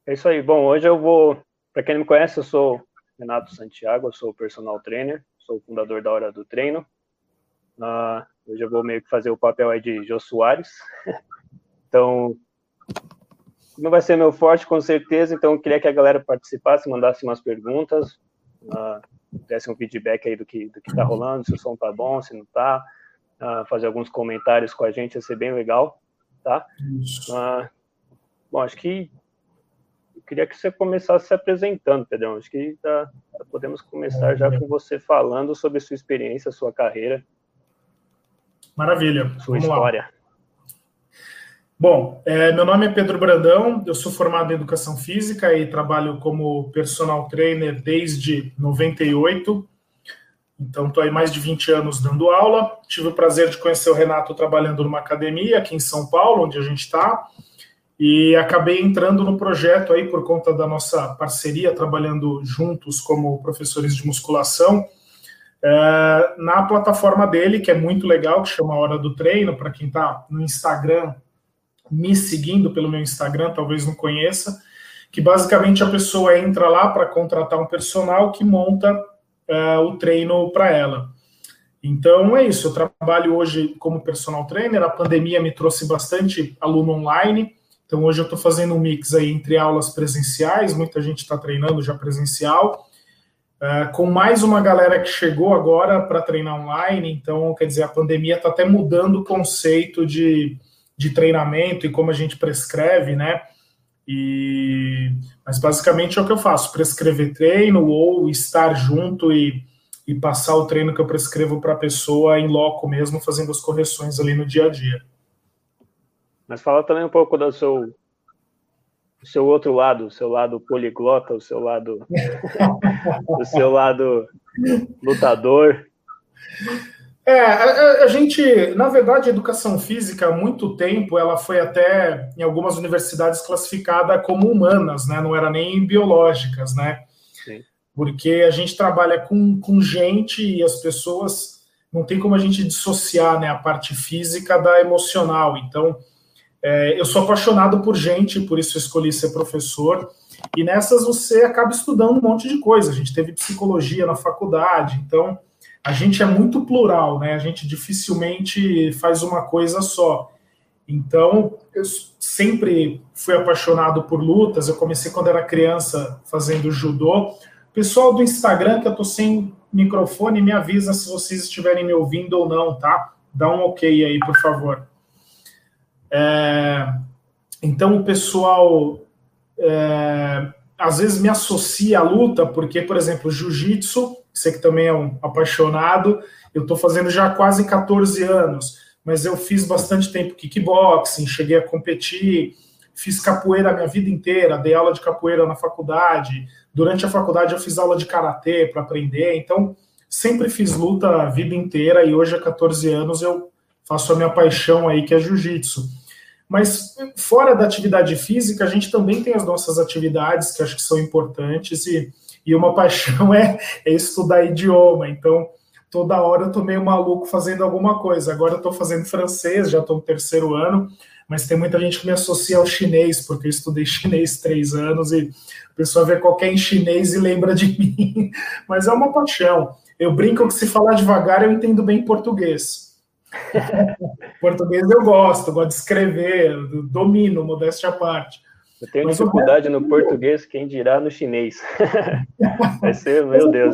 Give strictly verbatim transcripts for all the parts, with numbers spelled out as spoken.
É isso aí. Bom, hoje eu vou, para quem não me conhece, eu sou Renato Santiago, eu sou personal trainer, sou o fundador da Hora do Treino. Uh, hoje eu vou meio que fazer o papel aí de Jô Soares. Então, não vai ser meu forte, com certeza, então eu queria que a galera participasse, mandasse umas perguntas, uh, desse um feedback aí do que do que tá rolando, se o som tá bom, se não tá, uh, fazer alguns comentários com a gente, ia ser bem legal, tá? Uh, bom, acho que eu queria que você começasse se apresentando, Pedrão. Acho que tá, podemos começar já com você falando sobre a sua experiência, a sua carreira. Maravilha, sua vamos história. lá. Bom, é, meu nome é Pedro Brandão, eu sou formado em Educação Física e trabalho como personal trainer desde noventa e oito, então estou aí mais de vinte anos dando aula. Tive o prazer de conhecer o Renato trabalhando numa academia aqui em São Paulo, onde a gente está, e acabei entrando no projeto aí por conta da nossa parceria, trabalhando juntos como professores de musculação, é, na plataforma dele, que é muito legal, que chama Hora do Treino. Para quem está no Instagram, me seguindo pelo meu Instagram, talvez não conheça, que basicamente a pessoa entra lá para contratar um personal que monta uh, o treino para ela. Então é isso, eu trabalho hoje como personal trainer, a pandemia me trouxe bastante aluno online, então hoje eu estou fazendo um mix aí entre aulas presenciais, muita gente está treinando já presencial, uh, com mais uma galera que chegou agora para treinar online, então quer dizer, a pandemia está até mudando o conceito de de treinamento e como a gente prescreve, né? E, mas basicamente é o que eu faço, prescrever treino ou estar junto e, e passar o treino que eu prescrevo para a pessoa em loco mesmo, fazendo as correções ali no dia a dia. Mas fala também um pouco do seu, do seu outro lado, o seu lado poliglota, o seu lado, o seu lado lutador. É, a, a gente, na verdade, a educação física, há muito tempo, ela foi até, em algumas universidades, classificada como humanas, né? Não era nem biológicas, né? Sim. Porque a gente trabalha com, com gente e as pessoas, não tem como a gente dissociar, né, a parte física da emocional. Então, é, eu sou apaixonado por gente, por isso eu escolhi ser professor, e nessas você acaba estudando um monte de coisa. A gente teve psicologia na faculdade, então a gente é muito plural, né? A gente dificilmente faz uma coisa só. Então, eu sempre fui apaixonado por lutas. Eu comecei quando era criança fazendo judô. Pessoal do Instagram, que eu tô sem microfone, me avisa se vocês estiverem me ouvindo ou não, tá? Dá um ok aí, por favor. É... Então, o pessoal é... às vezes me associa à luta, porque, por exemplo, jiu-jitsu, você que também é um apaixonado, eu estou fazendo já há quase catorze anos, mas eu fiz bastante tempo kickboxing, cheguei a competir, fiz capoeira a minha vida inteira, dei aula de capoeira na faculdade, durante a faculdade eu fiz aula de karatê para aprender, então sempre fiz luta a vida inteira e hoje há catorze anos eu faço a minha paixão aí, que é jiu-jitsu. Mas fora da atividade física, a gente também tem as nossas atividades que acho que são importantes e, e uma paixão é, é estudar idioma. Então, toda hora eu tô meio maluco fazendo alguma coisa. Agora eu tô fazendo francês, já tô no terceiro ano, mas tem muita gente que me associa ao chinês, porque eu estudei chinês três anos e a pessoa vê qualquer em chinês e lembra de mim. Mas é uma paixão. Eu brinco que se falar devagar eu entendo bem português. Português eu gosto, gosto de escrever, domino, modéstia à parte. Eu tenho Mas dificuldade no português, quem dirá no chinês. Vai ser, meu Deus.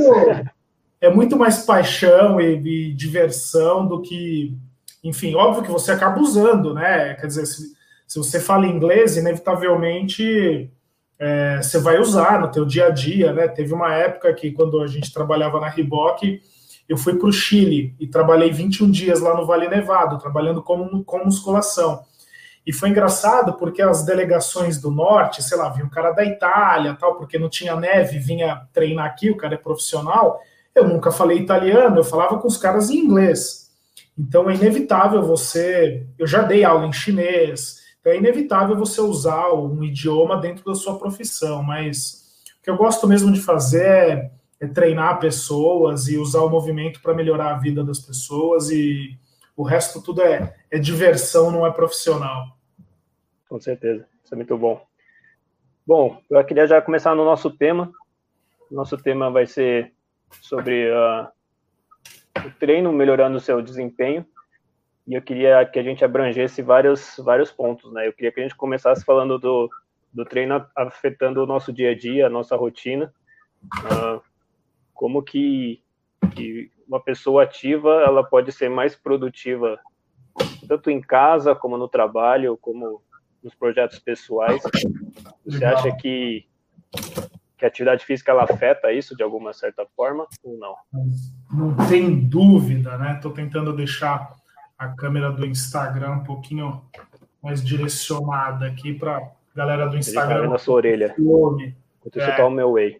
É muito mais paixão e, e diversão do que... Enfim, óbvio que você acaba usando, né? Quer dizer, se, se você fala inglês, inevitavelmente é, você vai usar no teu dia a dia, né? Teve uma época que, quando a gente trabalhava na Reebok, eu fui para o Chile e trabalhei vinte e um dias lá no Vale Nevado, trabalhando com, com musculação. E foi engraçado porque as delegações do norte, sei lá, vinha um cara da Itália, tal, porque não tinha neve, vinha treinar aqui, o cara é profissional. Eu nunca falei italiano, eu falava com os caras em inglês. Então é inevitável você... Eu já dei aula em chinês, então é inevitável você usar um idioma dentro da sua profissão, mas o que eu gosto mesmo de fazer é é treinar pessoas e usar o movimento para melhorar a vida das pessoas, e o resto tudo é, é diversão, não é profissional. Com certeza, isso é muito bom. Bom, eu queria já começar no nosso tema. Nosso tema vai ser sobre uh, o treino melhorando o seu desempenho. E eu queria que a gente abrangesse vários, vários pontos, né? Eu queria que a gente começasse falando do, do treino afetando o nosso dia a dia, a nossa rotina. Uh, como que, que uma pessoa ativa ela pode ser mais produtiva, tanto em casa, como no trabalho, como nos projetos pessoais. Você Legal. acha que, que a atividade física ela afeta isso de alguma certa forma ou não? Não tem dúvida, né? Estou tentando deixar a câmera do Instagram um pouquinho mais direcionada aqui para a galera do Instagram. Ele tá na sua orelha. Enquanto isso tá o meu whey.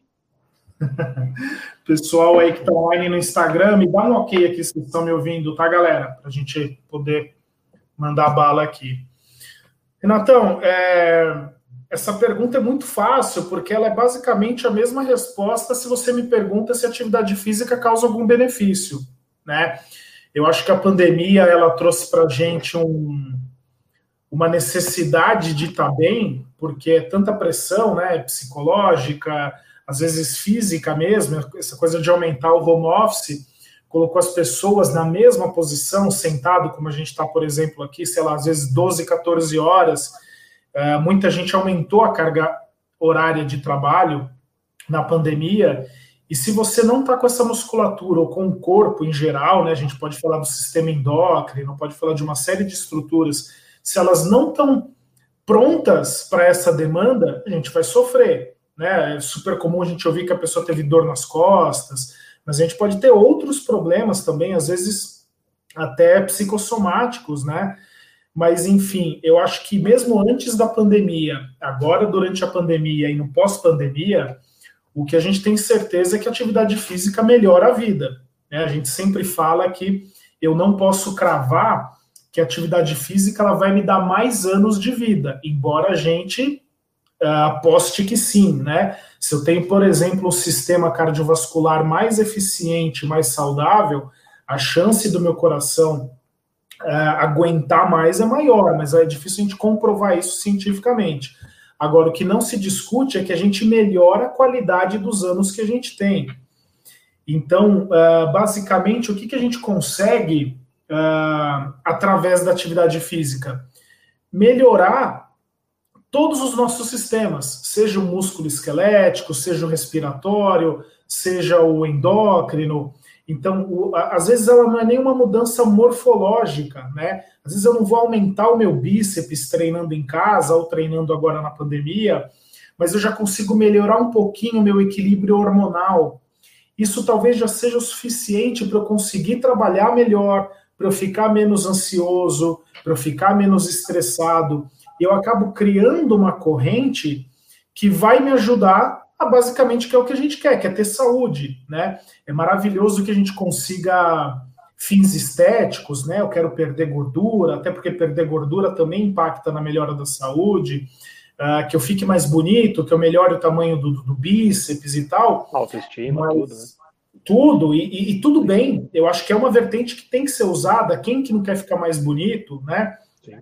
Pessoal aí que está online no Instagram, me dá um ok aqui se vocês estão me ouvindo, tá, galera? Para a gente poder mandar bala aqui. Renatão, é... essa pergunta é muito fácil, porque ela é basicamente a mesma resposta se você me pergunta se a atividade física causa algum benefício, né? Eu acho que a pandemia ela trouxe para a gente um, uma necessidade de estar bem, porque é tanta pressão, né, psicológica, às vezes física mesmo, essa coisa de aumentar o home office, colocou as pessoas na mesma posição, sentado, como a gente está, por exemplo, aqui, sei lá, às vezes doze, quatorze horas. Uh, muita gente aumentou a carga horária de trabalho na pandemia, e se você não está com essa musculatura ou com o corpo em geral, né, a gente pode falar do sistema endócrino, pode falar de uma série de estruturas, se elas não estão prontas para essa demanda, a gente vai sofrer, né? É super comum a gente ouvir que a pessoa teve dor nas costas, mas a gente pode ter outros problemas também, às vezes até psicossomáticos, né? Mas, enfim, eu acho que mesmo antes da pandemia, agora durante a pandemia e no pós-pandemia, o que a gente tem certeza é que a atividade física melhora a vida, né? A gente sempre fala que eu não posso cravar que a atividade física ela vai me dar mais anos de vida, embora a gente uh, aposte que sim, né? Se eu tenho, por exemplo, um sistema cardiovascular mais eficiente, mais saudável, a chance do meu coração Uh, aguentar mais é maior, mas é difícil a gente comprovar isso cientificamente. Agora, o que não se discute é que a gente melhora a qualidade dos anos que a gente tem. Então, uh, basicamente, o que, que a gente consegue uh, através da atividade física? Melhorar todos os nossos sistemas, seja o músculo esquelético, seja o respiratório, seja o endócrino. Então, o, às vezes ela não é nenhuma mudança morfológica, né? Às vezes eu não vou aumentar o meu bíceps treinando em casa ou treinando agora na pandemia, mas eu já consigo melhorar um pouquinho o meu equilíbrio hormonal. Isso talvez já seja o suficiente para eu conseguir trabalhar melhor, para eu ficar menos ansioso, para eu ficar menos estressado. E eu acabo criando uma corrente que vai me ajudar a, basicamente, que é o que a gente quer, que é ter saúde, né? É maravilhoso que a gente consiga fins estéticos, né? Eu quero perder gordura, até porque perder gordura também impacta na melhora da saúde, uh, que eu fique mais bonito, que eu melhore o tamanho do, do bíceps e tal. Autoestima, tudo, né? Tudo, e, e, e tudo bem. Eu acho que é uma vertente que tem que ser usada. Quem que não quer ficar mais bonito, né? Sim.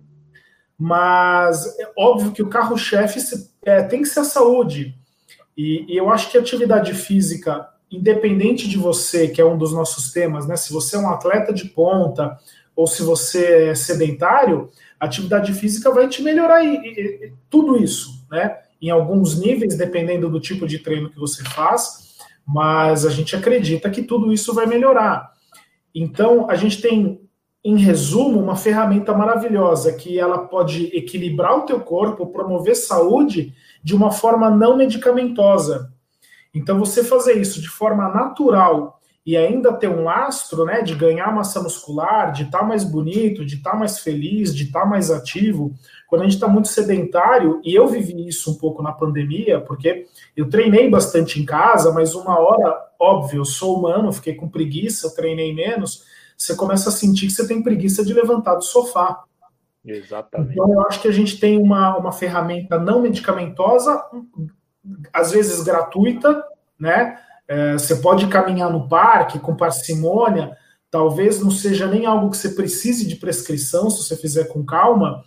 Mas é óbvio que o carro-chefe é, tem que ser a saúde. E, e eu acho que a atividade física, independente de você, que é um dos nossos temas, né? Se você é um atleta de ponta ou se você é sedentário, a atividade física vai te melhorar e, e, e, tudo isso, né? Em alguns níveis, dependendo do tipo de treino que você faz, mas a gente acredita que tudo isso vai melhorar. Então, a gente tem, em resumo, uma ferramenta maravilhosa que ela pode equilibrar o teu corpo, promover saúde de uma forma não medicamentosa. Então, você fazer isso de forma natural e ainda ter um lastro, né, de ganhar massa muscular, de estar mais bonito, de estar mais feliz, de estar mais ativo. Quando a gente está muito sedentário, e eu vivi isso um pouco na pandemia, porque eu treinei bastante em casa, mas uma hora, óbvio, eu sou humano, fiquei com preguiça, eu treinei menos, você começa a sentir que você tem preguiça de levantar do sofá. Exatamente. Então, eu acho que a gente tem uma, uma ferramenta não medicamentosa, às vezes gratuita, né? É, você pode caminhar no parque com parcimônia, talvez não seja nem algo que você precise de prescrição, se você fizer com calma,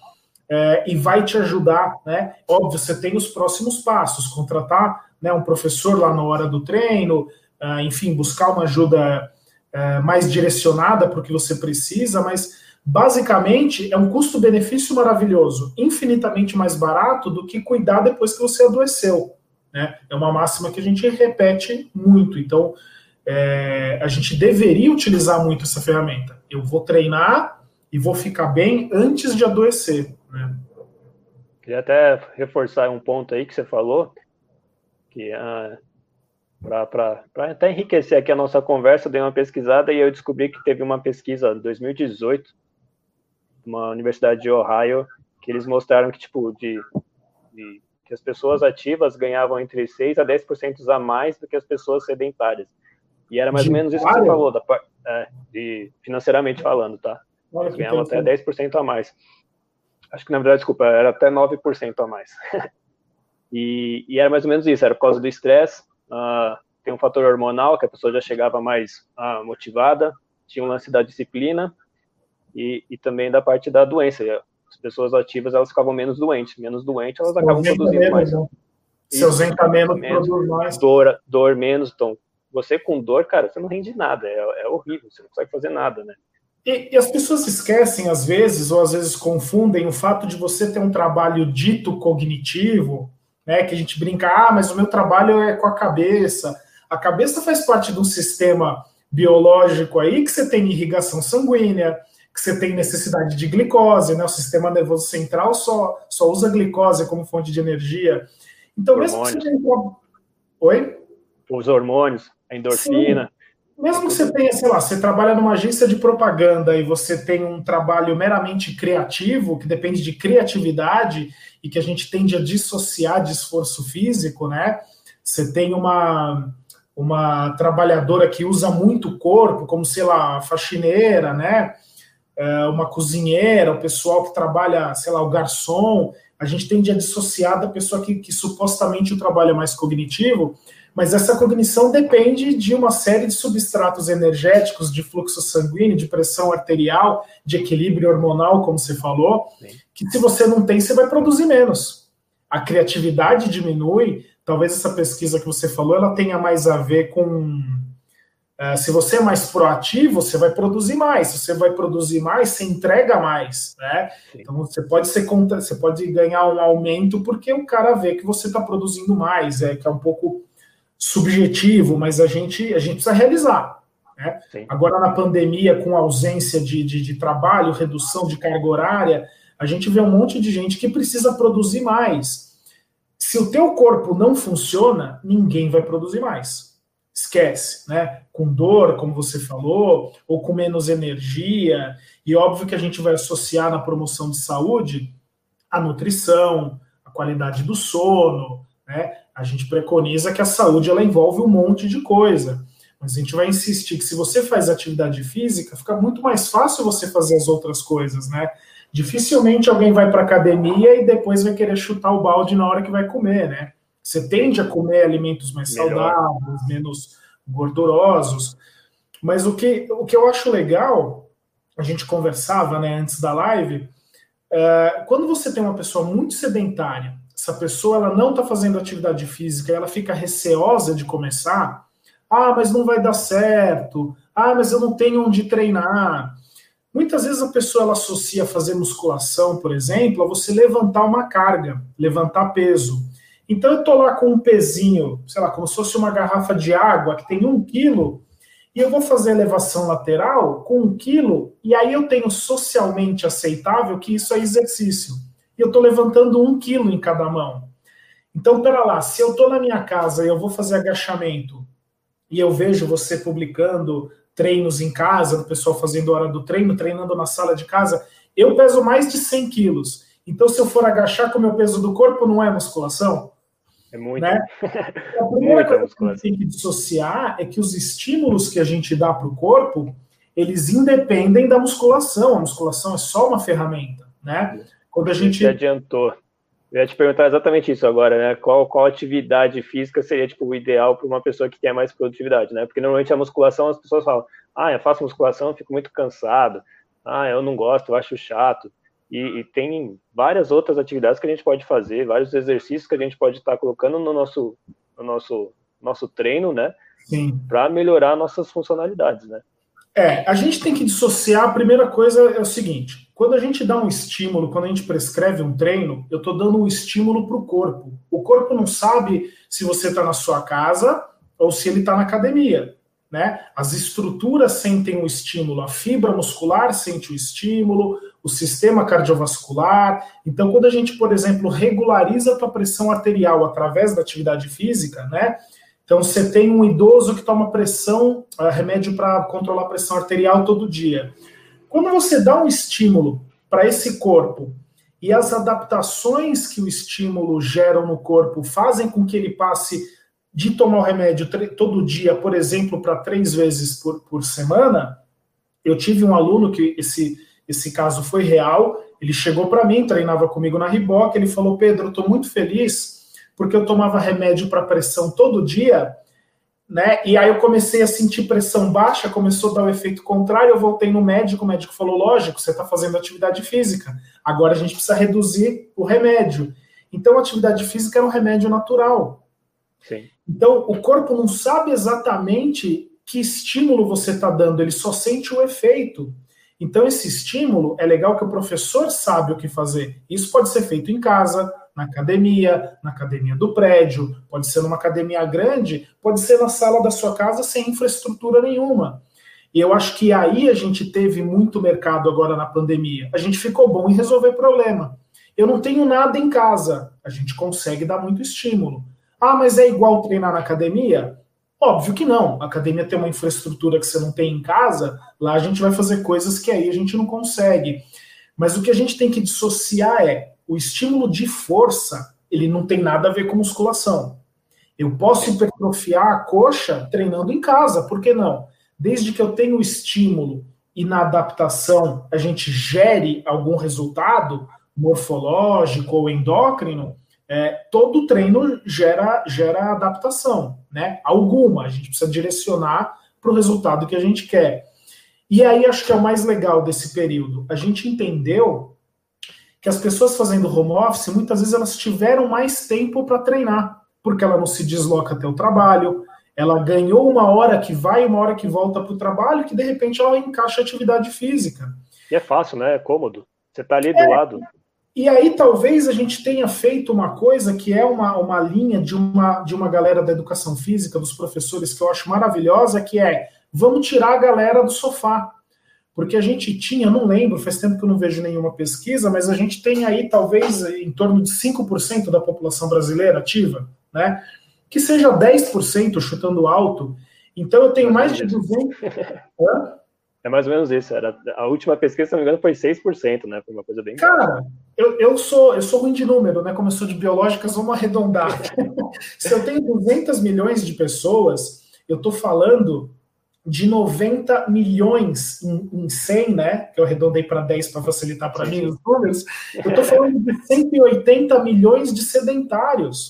é, e vai te ajudar, né? Óbvio, você tem os próximos passos, contratar, né, um professor lá na hora do treino, uh, enfim, buscar uma ajuda uh, mais direcionada para o que você precisa, mas basicamente é um custo-benefício maravilhoso, infinitamente mais barato do que cuidar depois que você adoeceu, né? É uma máxima que a gente repete muito, então é, a gente deveria utilizar muito essa ferramenta. Eu vou treinar e vou ficar bem antes de adoecer, né? Queria até reforçar um ponto aí que você falou, que uh, para até enriquecer aqui a nossa conversa, eu dei uma pesquisada e eu descobri que teve uma pesquisa em dois mil e dezoito, uma universidade de Ohio, que eles mostraram que, tipo, de, de, que as pessoas ativas ganhavam entre seis a dez por cento a mais do que as pessoas sedentárias. E era mais ou menos isso que você falou, da, é, de, financeiramente falando, tá? Eles ganhavam até dez por cento a mais. Acho que, na verdade, desculpa, era até nove por cento a mais. e, e era mais ou menos isso, era por causa do estresse, uh, tem um fator hormonal, que a pessoa já chegava mais uh, motivada, tinha um lance da disciplina, e, e também da parte da doença. As pessoas ativas, elas ficavam menos doentes, menos doentes, elas acabam produzindo mais. Se ausenta menos, produz mais. Dor, dor menos, então, você com dor, cara, você não rende nada, é, é horrível, você não consegue fazer nada, né? E, e as pessoas esquecem, às vezes, ou às vezes confundem o fato de você ter um trabalho dito cognitivo, né, que a gente brinca, ah, mas o meu trabalho é com a cabeça. A cabeça faz parte de um sistema biológico aí que você tem irrigação sanguínea, que você tem necessidade de glicose, né? O sistema nervoso central só, só usa glicose como fonte de energia. Então, mesmo que você tenha... Oi? Os hormônios, a endorfina. Sim. Mesmo que você tenha, sei lá, você trabalha numa agência de propaganda e você tem um trabalho meramente criativo, que depende de criatividade e que a gente tende a dissociar de esforço físico, né? Você tem uma, uma trabalhadora que usa muito o corpo, como, sei lá, a faxineira, né? Uma cozinheira, o pessoal que trabalha, sei lá, o garçom, a gente tende a dissociar da pessoa que, que supostamente o trabalho é mais cognitivo, mas essa cognição depende de uma série de substratos energéticos, de fluxo sanguíneo, de pressão arterial, de equilíbrio hormonal, como você falou, Sim. que se você não tem, você vai produzir menos. A criatividade diminui, talvez essa pesquisa que você falou, ela tenha mais a ver com... Uh, se você é mais proativo, você vai produzir mais. Se você vai produzir mais, você entrega mais, né? Então você pode ser contra, você pode ganhar um aumento porque o cara vê que você está produzindo mais, é que é um pouco subjetivo, mas a gente a gente precisa realizar, né? Agora na pandemia, com ausência de, de, de trabalho, redução de carga horária, a gente vê um monte de gente que precisa produzir mais. Se o teu corpo não funciona, ninguém vai produzir mais. Esquece, né? Com dor, como você falou, ou com menos energia, e óbvio que a gente vai associar na promoção de saúde a nutrição, a qualidade do sono, né? A gente preconiza que a saúde ela envolve um monte de coisa, mas a gente vai insistir que se você faz atividade física, fica muito mais fácil você fazer as outras coisas, né? Dificilmente alguém vai para academia e depois vai querer chutar o balde na hora que vai comer, né? Você tende a comer alimentos mais Melhor. saudáveis, menos gordurosos. Mas o que, o que eu acho legal, a gente conversava, né, antes da live, é, quando você tem uma pessoa muito sedentária, essa pessoa ela não está fazendo atividade física, ela fica receosa de começar, ah, mas não vai dar certo, ah, mas eu não tenho onde treinar. Muitas vezes a pessoa ela associa fazer musculação, por exemplo, a você levantar uma carga, levantar peso. Então eu estou lá com um pezinho, sei lá, como se fosse uma garrafa de água que tem um quilo, e eu vou fazer elevação lateral com um quilo, e aí eu tenho socialmente aceitável que isso é exercício. E eu estou levantando um quilo em cada mão. Então, pera lá, se eu estou na minha casa e eu vou fazer agachamento, e eu vejo você publicando treinos em casa, o pessoal fazendo hora do treino, treinando na sala de casa, eu peso mais de cem quilos. Então, se eu for agachar com o meu peso do corpo, não é musculação? É muito. Né? A primeira coisa que a gente tem que dissociar é que os estímulos que a gente dá para o corpo, eles independem da musculação. A musculação é só uma ferramenta, né? Quando a gente... Você adiantou. Eu ia te perguntar exatamente isso agora, né? Qual, qual atividade física seria, tipo, o ideal para uma pessoa que quer mais produtividade, né? Porque normalmente a musculação, as pessoas falam, ah, eu faço musculação, eu fico muito cansado. Ah, eu não gosto, eu acho chato. E, e tem várias outras atividades que a gente pode fazer, vários exercícios que a gente pode estar colocando no nosso, no nosso, nosso treino, né? Sim. Para melhorar nossas funcionalidades, né? É, a gente tem que dissociar. A primeira coisa é o seguinte: quando a gente dá um estímulo, quando a gente prescreve um treino, eu estou dando um estímulo para o corpo. O corpo não sabe se você está na sua casa ou se ele está na academia. Né? As estruturas sentem o estímulo, a fibra muscular sente o estímulo, o sistema cardiovascular. Então, quando a gente, por exemplo, regulariza a tua pressão arterial através da atividade física, né? Então, você tem um idoso que toma pressão, uh, remédio para controlar a pressão arterial todo dia. Quando você dá um estímulo para esse corpo e as adaptações que o estímulo gera no corpo fazem com que ele passe de tomar o remédio todo dia, por exemplo, para três vezes por, por semana. Eu tive um aluno que esse, esse caso foi real, ele chegou para mim, treinava comigo na Reebok, ele falou: Pedro, eu estou muito feliz porque eu tomava remédio para pressão todo dia, né? E aí eu comecei a sentir pressão baixa, começou a dar o efeito contrário, eu voltei no médico, o médico falou: lógico, você está fazendo atividade física, agora a gente precisa reduzir o remédio. Então a atividade física era um remédio natural. Sim. Então, o corpo não sabe exatamente que estímulo você está dando, ele só sente o efeito. Então, esse estímulo, é legal que o professor sabe o que fazer. Isso pode ser feito em casa, na academia, na academia do prédio, pode ser numa academia grande, pode ser na sala da sua casa sem infraestrutura nenhuma. E eu acho que aí a gente teve muito mercado agora na pandemia. A gente ficou bom em resolver problema. Eu não tenho nada em casa, a gente consegue dar muito estímulo. Ah, mas é igual treinar na academia? Óbvio que não. A academia tem uma infraestrutura que você não tem em casa, lá a gente vai fazer coisas que aí a gente não consegue. Mas o que a gente tem que dissociar é o estímulo de força, ele não tem nada a ver com musculação. Eu posso hipertrofiar a coxa treinando em casa, por que não? Desde que eu tenha o estímulo e na adaptação a gente gere algum resultado morfológico ou endócrino, É, todo treino gera, gera adaptação, né? Alguma, a gente precisa direcionar para o resultado que a gente quer. E aí acho que é o mais legal desse período. A gente entendeu que as pessoas fazendo home office, muitas vezes elas tiveram mais tempo para treinar, porque ela não se desloca até o trabalho, ela ganhou uma hora que vai, uma hora que volta para o trabalho, que de repente ela encaixa a atividade física. E é fácil, né? É cômodo. Você está ali do é. lado. E aí talvez a gente tenha feito uma coisa que é uma, uma linha de uma, de uma galera da educação física, dos professores, que eu acho maravilhosa, que é: vamos tirar a galera do sofá. Porque a gente tinha, não lembro, faz tempo que eu não vejo nenhuma pesquisa, mas a gente tem aí talvez em torno de cinco por cento da população brasileira ativa, né? Que seja dez por cento chutando alto. Então eu tenho mais de duzentos... Hã? É mais ou menos isso. Era, a última pesquisa, se não me engano, foi seis por cento, né? Foi uma coisa bem... Cara, eu, eu, sou, eu sou ruim de número, né? Como eu sou de biológicas, vamos arredondar. Se eu tenho duzentos milhões de pessoas, eu tô falando de noventa milhões em, em cem, né? Que eu arredondei para dez para facilitar para mim os números. Eu tô falando de cento e oitenta milhões de sedentários.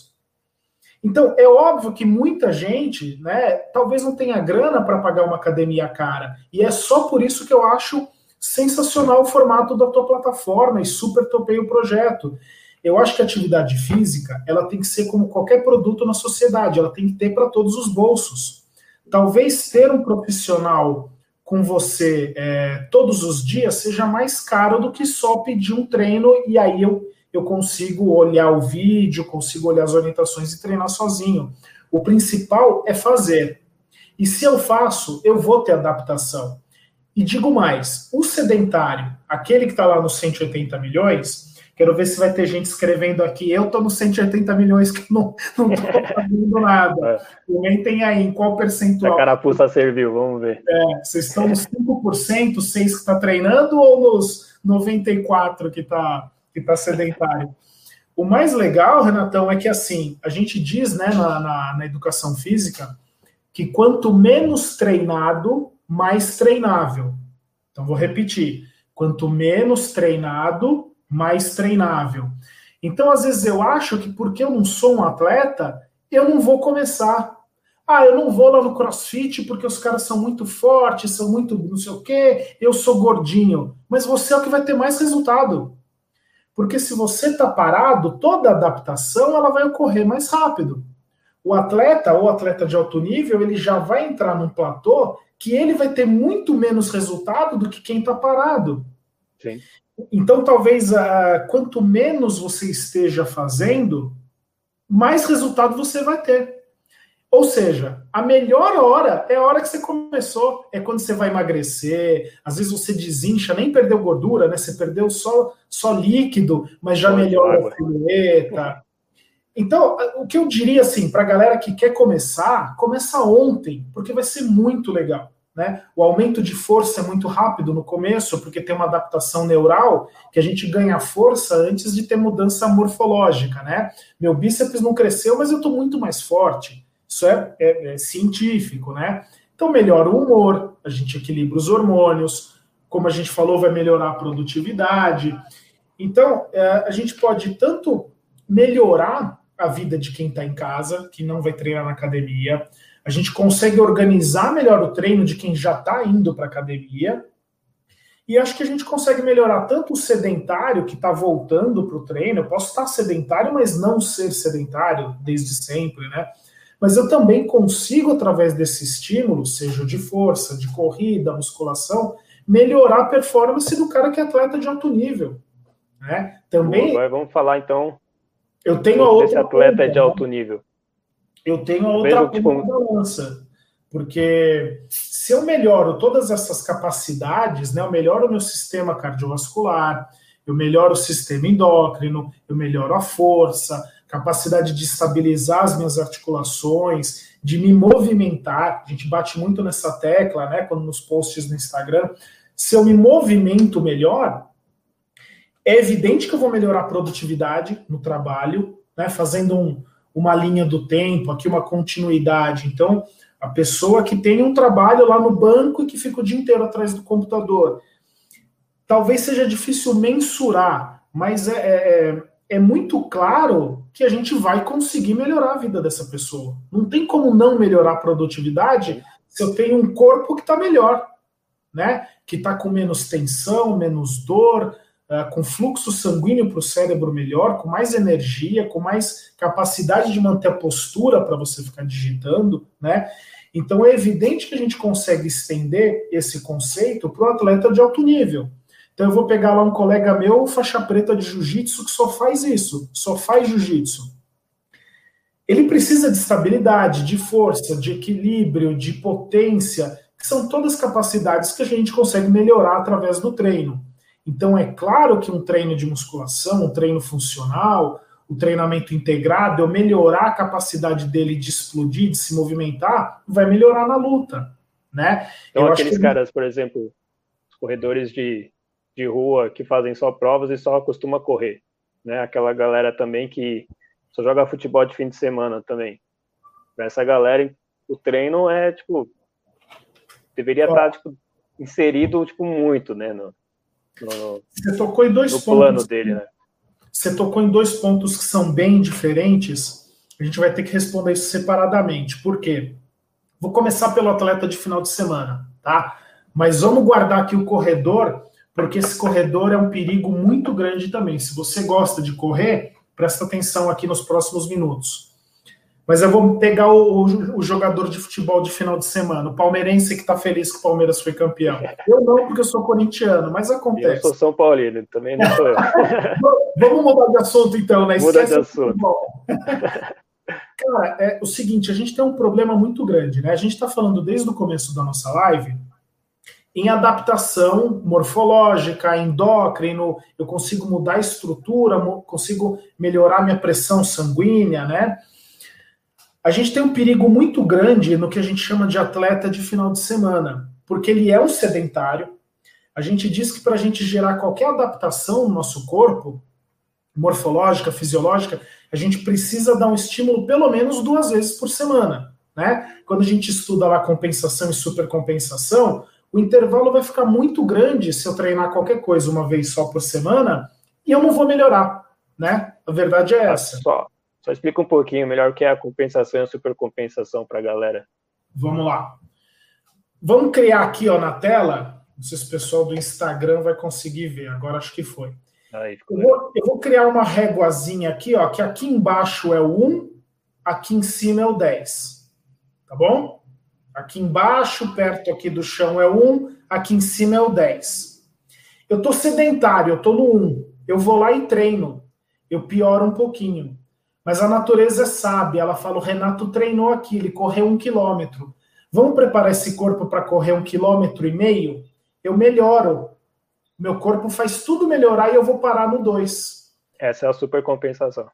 Então, é óbvio que muita gente, né, talvez não tenha grana para pagar uma academia cara. E é só por isso que eu acho sensacional o formato da tua plataforma e super topei o projeto. Eu acho que a atividade física, ela tem que ser como qualquer produto na sociedade, ela tem que ter para todos os bolsos. Talvez ter um profissional com você é, todos os dias seja mais caro do que só pedir um treino e aí eu eu consigo olhar o vídeo, consigo olhar as orientações e treinar sozinho. O principal é fazer. E se eu faço, eu vou ter adaptação. E digo mais, o sedentário, aquele que está lá nos cento e oitenta milhões, quero ver se vai ter gente escrevendo aqui, eu estou nos cento e oitenta milhões que não estou fazendo nada. Comentem aí em qual percentual. A carapuça serviu, vamos ver. É, vocês estão nos cinco por cento, seis por cento que está treinando, ou nos noventa e quatro por cento que está... que está sedentário. O mais legal, Renatão, é que assim, a gente diz, né, na, na, na educação física que quanto menos treinado, mais treinável. Então, vou repetir. Quanto menos treinado, mais treinável. Então, às vezes eu acho que porque eu não sou um atleta, eu não vou começar. Ah, eu não vou lá no CrossFit porque os caras são muito fortes, são muito não sei o quê, eu sou gordinho. Mas você é o que vai ter mais resultado. Porque se você está parado, toda adaptação ela vai ocorrer mais rápido. O atleta ou atleta de alto nível, ele já vai entrar num platô que ele vai ter muito menos resultado do que quem está parado. Sim. Então, talvez, uh, quanto menos você esteja fazendo, mais resultado você vai ter. Ou seja, a melhor hora é a hora que você começou, é quando você vai emagrecer, às vezes você desincha, nem perdeu gordura, né? Você perdeu só, só líquido, mas já melhora a silhueta. Então, o que eu diria assim, para a galera que quer começar, começa ontem, porque vai ser muito legal. Né? O aumento de força é muito rápido no começo, porque tem uma adaptação neural que a gente ganha força antes de ter mudança morfológica. Né? Meu bíceps não cresceu, mas eu estou muito mais forte. Isso é, é, é científico. Né? Então melhora o humor, a gente equilibra os hormônios, como a gente falou, vai melhorar a produtividade. Então, é, a gente pode tanto melhorar a vida de quem está em casa, que não vai treinar na academia. A gente consegue organizar melhor o treino de quem já está indo para a academia. E acho que a gente consegue melhorar tanto o sedentário, que está voltando para o treino. Eu posso estar sedentário, mas não ser sedentário desde sempre, né? Mas eu também consigo, através desse estímulo, seja de força, de corrida, musculação, melhorar a performance do cara que é atleta de alto nível. Né? Também. Agora vamos falar, então, eu tenho a outra desse atleta ponta, de alto nível. Eu tenho a outra ponta tipo... da balança, porque se eu melhoro todas essas capacidades, né, eu melhoro o meu sistema cardiovascular, eu melhoro o sistema endócrino, eu melhoro a força, capacidade de estabilizar as minhas articulações, de me movimentar. A gente bate muito nessa tecla, né, quando nos posts no Instagram. Se eu me movimento melhor, é evidente que eu vou melhorar a produtividade no trabalho, né, fazendo um uma linha do tempo, aqui uma continuidade. Então, a pessoa que tem um trabalho lá no banco e que fica o dia inteiro atrás do computador, talvez seja difícil mensurar, mas é, é, é muito claro que a gente vai conseguir melhorar a vida dessa pessoa. Não tem como não melhorar a produtividade se eu tenho um corpo que está melhor, né? Que está com menos tensão, menos dor, Uh, com fluxo sanguíneo para o cérebro melhor, com mais energia, com mais capacidade de manter a postura para você ficar digitando, né? Então é evidente que a gente consegue estender esse conceito para o atleta de alto nível. Então eu vou pegar lá um colega meu, faixa preta de jiu-jitsu, que só faz isso, só faz jiu-jitsu. Ele precisa de estabilidade, de força, de equilíbrio, de potência, que são todas capacidades que a gente consegue melhorar através do treino. Então, é claro que um treino de musculação, um treino funcional, o treinamento integrado, eu melhorar a capacidade dele de explodir, de se movimentar, vai melhorar na luta, né? Então, eu aqueles acho que... caras, por exemplo, os corredores de, de rua que fazem só provas e só costuma correr, né? Aquela galera também que só joga futebol de fim de semana também. Para essa galera, o treino é, tipo, deveria Ó, estar, tipo, inserido, tipo, muito, né, no... No, você tocou em dois no pontos, plano dele, né? Você tocou em dois pontos que são bem diferentes. A gente vai ter que responder isso separadamente. Por quê? Vou começar pelo atleta de final de semana, tá? Mas vamos guardar aqui o corredor, porque esse corredor é um perigo muito grande também. Se você gosta de correr, presta atenção aqui nos próximos minutos. Mas eu vou pegar o, o, o jogador de futebol de final de semana, o palmeirense que está feliz que o Palmeiras foi campeão. Eu não, porque eu sou corintiano, mas acontece. Eu sou São Paulino, também não sou eu. Vamos mudar de assunto então, né? Muda Esquece de assunto. Cara, é o seguinte, a gente tem um problema muito grande, né? A gente está falando desde o começo da nossa live em adaptação morfológica, endócrino, eu consigo mudar a estrutura, consigo melhorar minha pressão sanguínea, né? A gente tem um perigo muito grande no que a gente chama de atleta de final de semana, porque ele é um sedentário. A gente diz que para a gente gerar qualquer adaptação no nosso corpo, morfológica, fisiológica, a gente precisa dar um estímulo pelo menos duas vezes por semana, né? Quando a gente estuda lá compensação e supercompensação, o intervalo vai ficar muito grande se eu treinar qualquer coisa uma vez só por semana e eu não vou melhorar, né? A verdade é essa. Só. Só explica um pouquinho melhor o que é a compensação e a supercompensação para a galera. Vamos lá. Vamos criar aqui ó, na tela, não sei se o pessoal do Instagram vai conseguir ver, agora acho que foi. Aí, eu, vou, eu vou criar uma réguazinha aqui, ó, que aqui embaixo é o um, aqui em cima é o dez. Tá bom? Aqui embaixo, perto aqui do chão é o um, aqui em cima é o dez. Eu tô sedentário, eu tô no um. Eu vou lá e treino. Eu pioro um pouquinho. Mas a natureza é sábia. Ela fala, o Renato treinou aqui, ele correu um quilômetro. Vamos preparar esse corpo para correr um quilômetro e meio? Eu melhoro. Meu corpo faz tudo melhorar e eu vou parar no dois. Essa é a supercompensação.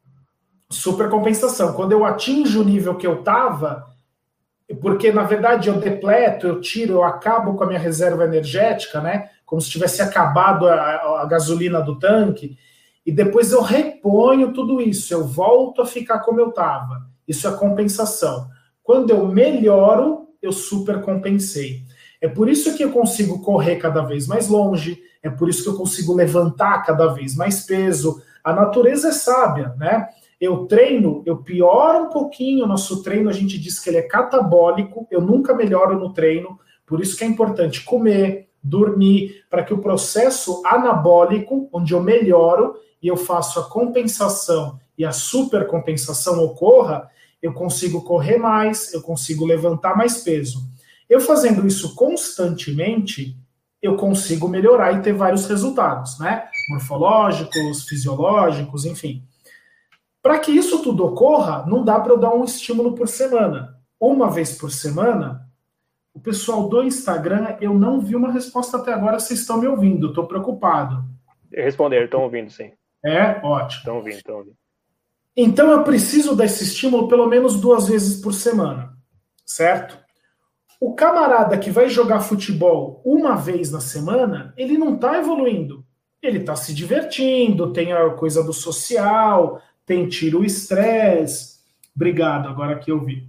Supercompensação. Quando eu atinjo o nível que eu estava, porque na verdade eu depleto, eu tiro, eu acabo com a minha reserva energética, né? Como se tivesse acabado a, a gasolina do tanque, e depois eu reponho tudo isso, eu volto a ficar como eu estava. Isso é compensação. Quando eu melhoro, eu supercompensei. É por isso que eu consigo correr cada vez mais longe, é por isso que eu consigo levantar cada vez mais peso. A natureza é sábia, né? Eu treino, eu pioro um pouquinho o nosso treino, a gente diz que ele é catabólico, eu nunca melhoro no treino, por isso que é importante comer, dormir, para que o processo anabólico, onde eu melhoro e eu faço a compensação e a supercompensação ocorra, eu consigo correr mais, eu consigo levantar mais peso. Eu fazendo isso constantemente, eu consigo melhorar e ter vários resultados, né? Morfológicos, fisiológicos, enfim. Para que isso tudo ocorra, não dá para eu dar um estímulo por semana. Uma vez por semana, o pessoal do Instagram, eu não vi uma resposta até agora, vocês estão me ouvindo, estou preocupado. Responder, estão ouvindo, sim. É, ótimo. Estão ouvindo, estão ouvindo. Então eu preciso desse estímulo pelo menos duas vezes por semana, certo? O camarada que vai jogar futebol uma vez na semana, ele não está evoluindo. Ele está se divertindo, tem a coisa do social, tem tira o estresse. Obrigado, agora que eu vi.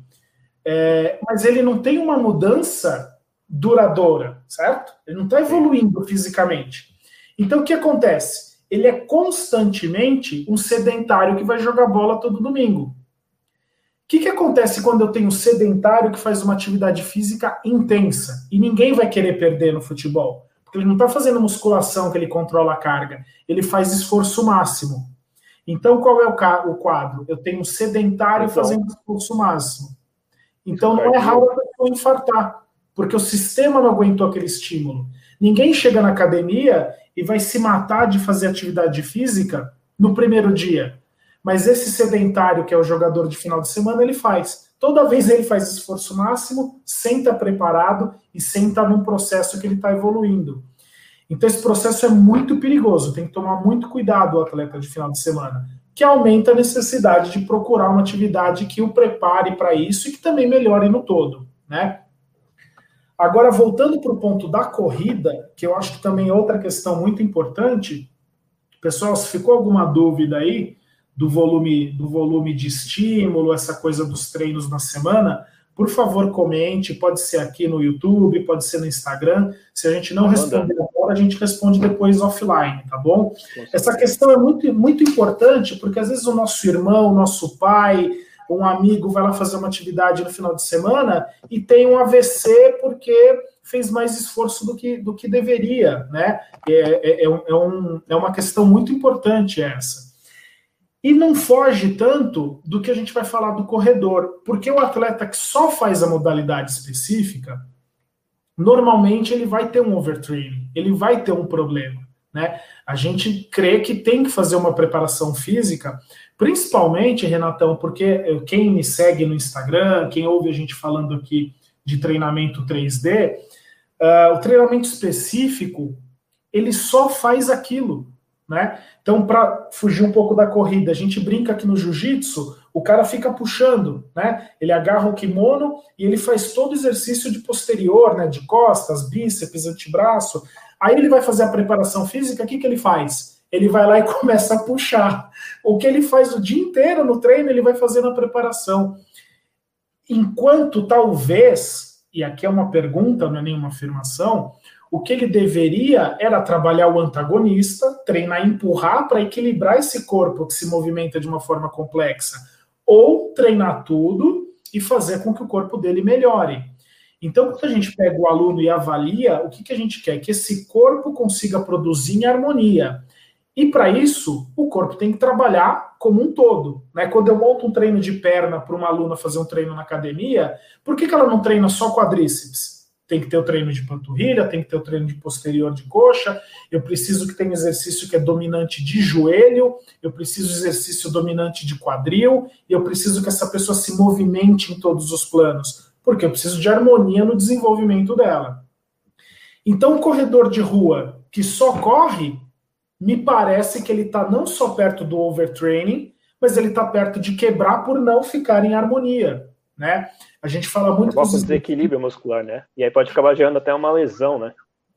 É, mas ele não tem uma mudança duradoura, certo? Ele não está evoluindo fisicamente. Então o que acontece? Ele é constantemente um sedentário que vai jogar bola todo domingo. O que, que acontece quando eu tenho um sedentário que faz uma atividade física intensa? E ninguém vai querer perder no futebol. Porque ele não está fazendo musculação que ele controla a carga. Ele faz esforço máximo. Então, qual é o quadro? Eu tenho um sedentário então, fazendo esforço máximo. Então, não é raro a pessoa infartar. Porque o sistema não aguentou aquele estímulo. Ninguém chega na academia e vai se matar de fazer atividade física no primeiro dia. Mas esse sedentário, que é o jogador de final de semana, ele faz. Toda vez ele faz esforço máximo, sem estar preparado e sem estar num processo que ele está evoluindo. Então esse processo é muito perigoso, tem que tomar muito cuidado o atleta de final de semana, que aumenta a necessidade de procurar uma atividade que o prepare para isso e que também melhore no todo, né? Agora, voltando para o ponto da corrida, que eu acho que também é outra questão muito importante, pessoal, se ficou alguma dúvida aí, do volume, do volume de estímulo, essa coisa dos treinos na semana, por favor, comente, pode ser aqui no YouTube, pode ser no Instagram. Se a gente não responder agora, a gente responde depois offline, tá bom? Essa questão é muito, muito importante, porque às vezes o nosso irmão, o nosso pai, um amigo vai lá fazer uma atividade no final de semana e tem um A V C porque fez mais esforço do que, do que deveria, né? É, é, é, um, é uma questão muito importante essa. E não foge tanto do que a gente vai falar do corredor, porque o atleta que só faz a modalidade específica, normalmente ele vai ter um overtraining, ele vai ter um problema, né? A gente crê que tem que fazer uma preparação física, principalmente, Renatão, porque quem me segue no Instagram, quem ouve a gente falando aqui de treinamento três D, uh, o treinamento específico, ele só faz aquilo, né? Então, para fugir um pouco da corrida, a gente brinca que no jiu-jitsu o cara fica puxando, né? Ele agarra o kimono e ele faz todo o exercício de posterior, né? De costas, bíceps, antebraço. Aí ele vai fazer a preparação física, o que, que ele faz? Ele vai lá e começa a puxar. O que ele faz o dia inteiro no treino, ele vai fazer na preparação. Enquanto talvez, e aqui é uma pergunta, não é nenhuma afirmação, o que ele deveria era trabalhar o antagonista, treinar, empurrar para equilibrar esse corpo que se movimenta de uma forma complexa, ou treinar tudo e fazer com que o corpo dele melhore. Então, quando a gente pega o aluno e avalia, o que, que a gente quer? Que esse corpo consiga produzir em harmonia. E para isso, o corpo tem que trabalhar como um todo, né? Quando eu monto um treino de perna para uma aluna fazer um treino na academia, por que, que ela não treina só quadríceps? Tem que ter o treino de panturrilha, tem que ter o treino de posterior de coxa, eu preciso que tenha exercício que é dominante de joelho, eu preciso de exercício dominante de quadril, e eu preciso que essa pessoa se movimente em todos os planos, porque eu preciso de harmonia no desenvolvimento dela. Então, o corredor de rua que só corre, me parece que ele está não só perto do overtraining, mas ele está perto de quebrar por não ficar em harmonia, né? A gente fala muito... Provoca um desequilíbrio muscular, né? E aí pode acabar gerando até uma lesão, né?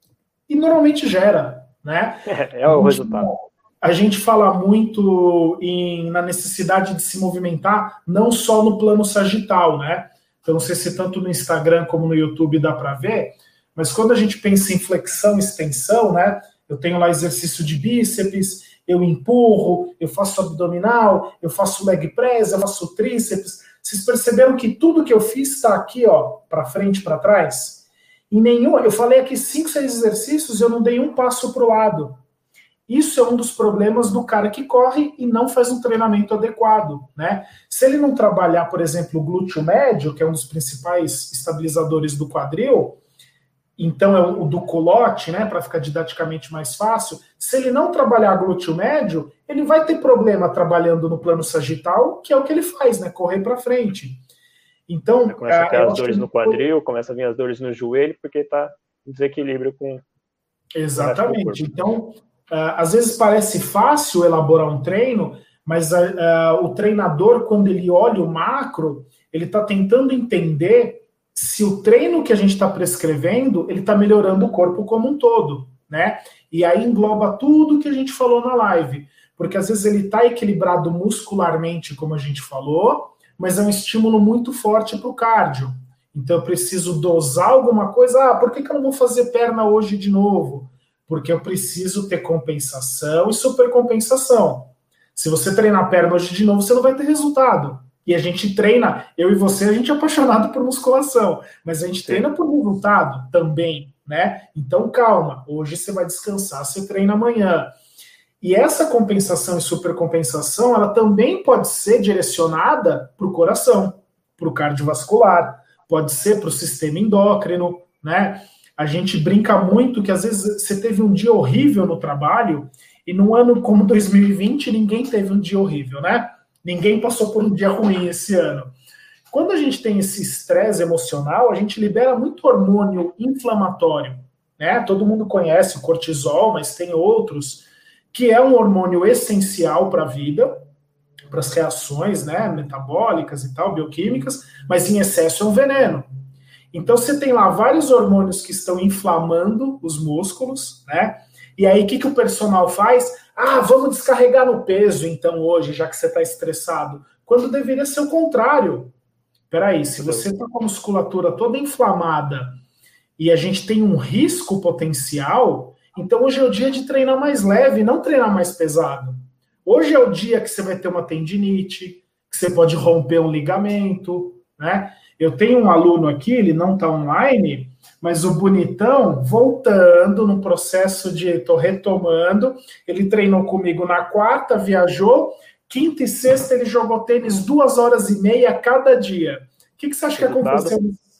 E normalmente gera, né? É, é o resultado. A gente fala muito em, na necessidade de se movimentar, não só no plano sagital, né? Então, não sei se tanto no Instagram como no YouTube dá para ver, mas quando a gente pensa em flexão e extensão, né? Eu tenho lá exercício de bíceps, eu empurro, eu faço abdominal, eu faço leg press, eu faço tríceps. Vocês perceberam que tudo que eu fiz está aqui, ó, para frente, para trás? Em nenhum, eu falei aqui cinco, seis exercícios, eu não dei um passo para o lado. Isso é um dos problemas do cara que corre e não faz um treinamento adequado, né? Se ele não trabalhar, por exemplo, o glúteo médio, que é um dos principais estabilizadores do quadril, então é o do culote, né, para ficar didaticamente mais fácil, se ele não trabalhar glúteo médio, ele vai ter problema trabalhando no plano sagital, que é o que ele faz, né, correr para frente. Então, começa a ter as dores no quadril, começa a vir as dores no joelho, porque está em desequilíbrio com... Exatamente. Então, às vezes parece fácil elaborar um treino, mas o treinador, quando ele olha o macro, ele está tentando entender se o treino que a gente está prescrevendo, ele está melhorando o corpo como um todo, né? E aí engloba tudo que a gente falou na live, porque às vezes ele está equilibrado muscularmente, como a gente falou, mas é um estímulo muito forte para o cardio. Então eu preciso dosar alguma coisa. Ah, por que, que eu não vou fazer perna hoje de novo? Porque eu preciso ter compensação e supercompensação. Se você treinar perna hoje de novo, você não vai ter resultado. E a gente treina, eu e você, a gente é apaixonado por musculação, mas a gente Sim. treina por resultado também, né? Então, calma, hoje você vai descansar, você treina amanhã. E essa compensação e supercompensação, ela também pode ser direcionada para o coração, para o cardiovascular, pode ser para o sistema endócrino, né? A gente brinca muito que às vezes você teve um dia horrível no trabalho, e num ano como dois mil e vinte, ninguém teve um dia horrível, né? Ninguém passou por um dia ruim esse ano. Quando a gente tem esse estresse emocional, a gente libera muito hormônio inflamatório, né? Todo mundo conhece o cortisol, mas tem outros, que é um hormônio essencial para a vida, para as reações, né, metabólicas e tal, bioquímicas, mas em excesso é um veneno. Então você tem lá vários hormônios que estão inflamando os músculos, né? E aí o que, que o personal faz? Ah, vamos descarregar no peso, então, hoje, já que você está estressado. Quando deveria ser o contrário. Peraí, se você está com a musculatura toda inflamada e a gente tem um risco potencial, então hoje é o dia de treinar mais leve, não treinar mais pesado. Hoje é o dia que você vai ter uma tendinite, que você pode romper um ligamento, né? Eu tenho um aluno aqui, ele não está online, mas o bonitão, voltando no processo de, estou retomando, ele treinou comigo na quarta, viajou, quinta e sexta ele jogou tênis duas horas e meia cada dia. O que, que você acha que aconteceu?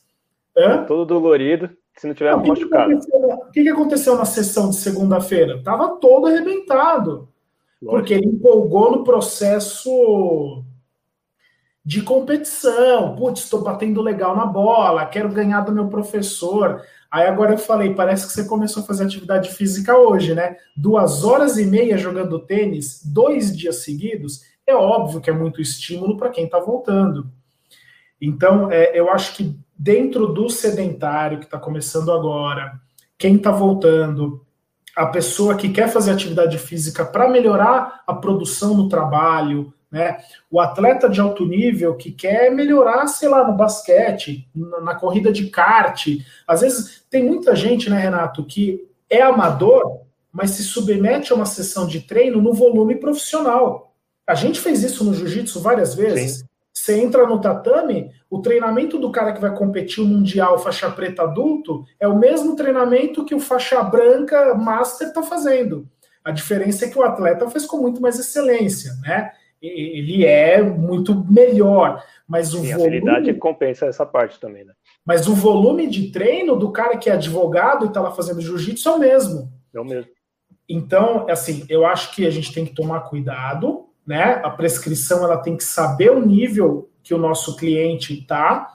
Hã? Todo dolorido, se não tiver não, machucado. O que, que aconteceu na sessão de segunda-feira? Estava todo arrebentado, Lógico. Porque ele empolgou no processo de competição. Putz, estou batendo legal na bola, quero ganhar do meu professor. Aí agora eu falei, parece que você começou a fazer atividade física hoje, né? Duas horas e meia jogando tênis, dois dias seguidos, é óbvio que é muito estímulo para quem está voltando. Então, é, eu acho que dentro do sedentário que está começando agora, quem está voltando, a pessoa que quer fazer atividade física para melhorar a produção no trabalho, né? O atleta de alto nível que quer melhorar, sei lá, no basquete, na, na corrida de kart. Às vezes tem muita gente, né, Renato, que é amador, mas se submete a uma sessão de treino no volume profissional. A gente fez isso no jiu-jitsu várias vezes. Sim. Você entra no tatame, o treinamento do cara que vai competir o Mundial faixa preta adulto é o mesmo treinamento que o faixa branca master está fazendo. A diferença é que o atleta fez com muito mais excelência, né? Ele é muito melhor, mas o Sim, a volume... habilidade compensa essa parte também, né? Mas o volume de treino do cara que é advogado e está lá fazendo jiu-jitsu é o mesmo. É o mesmo. Então, assim, eu acho que a gente tem que tomar cuidado, né? A prescrição ela tem que saber o nível que o nosso cliente está,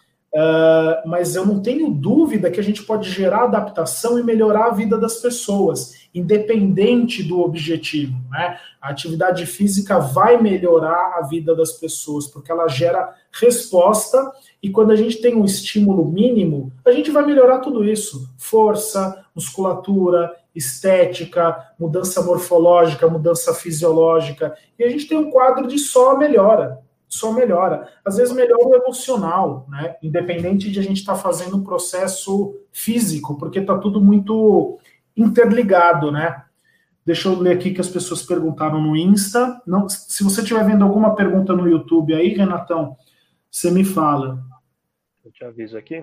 uh, mas eu não tenho dúvida que a gente pode gerar adaptação e melhorar a vida das pessoas, independente do objetivo, né? A atividade física vai melhorar a vida das pessoas, porque ela gera resposta, e quando a gente tem um estímulo mínimo, a gente vai melhorar tudo isso. Força, musculatura, estética, mudança morfológica, mudança fisiológica, e a gente tem um quadro de só melhora, só melhora. Às vezes melhora o emocional, né? Independente de a gente estar tá fazendo um processo físico, porque está tudo muito interligado, né? Deixa eu ler aqui que as pessoas perguntaram no Insta. Não, se você estiver vendo alguma pergunta no YouTube aí, Renatão, você me fala. Eu te aviso aqui.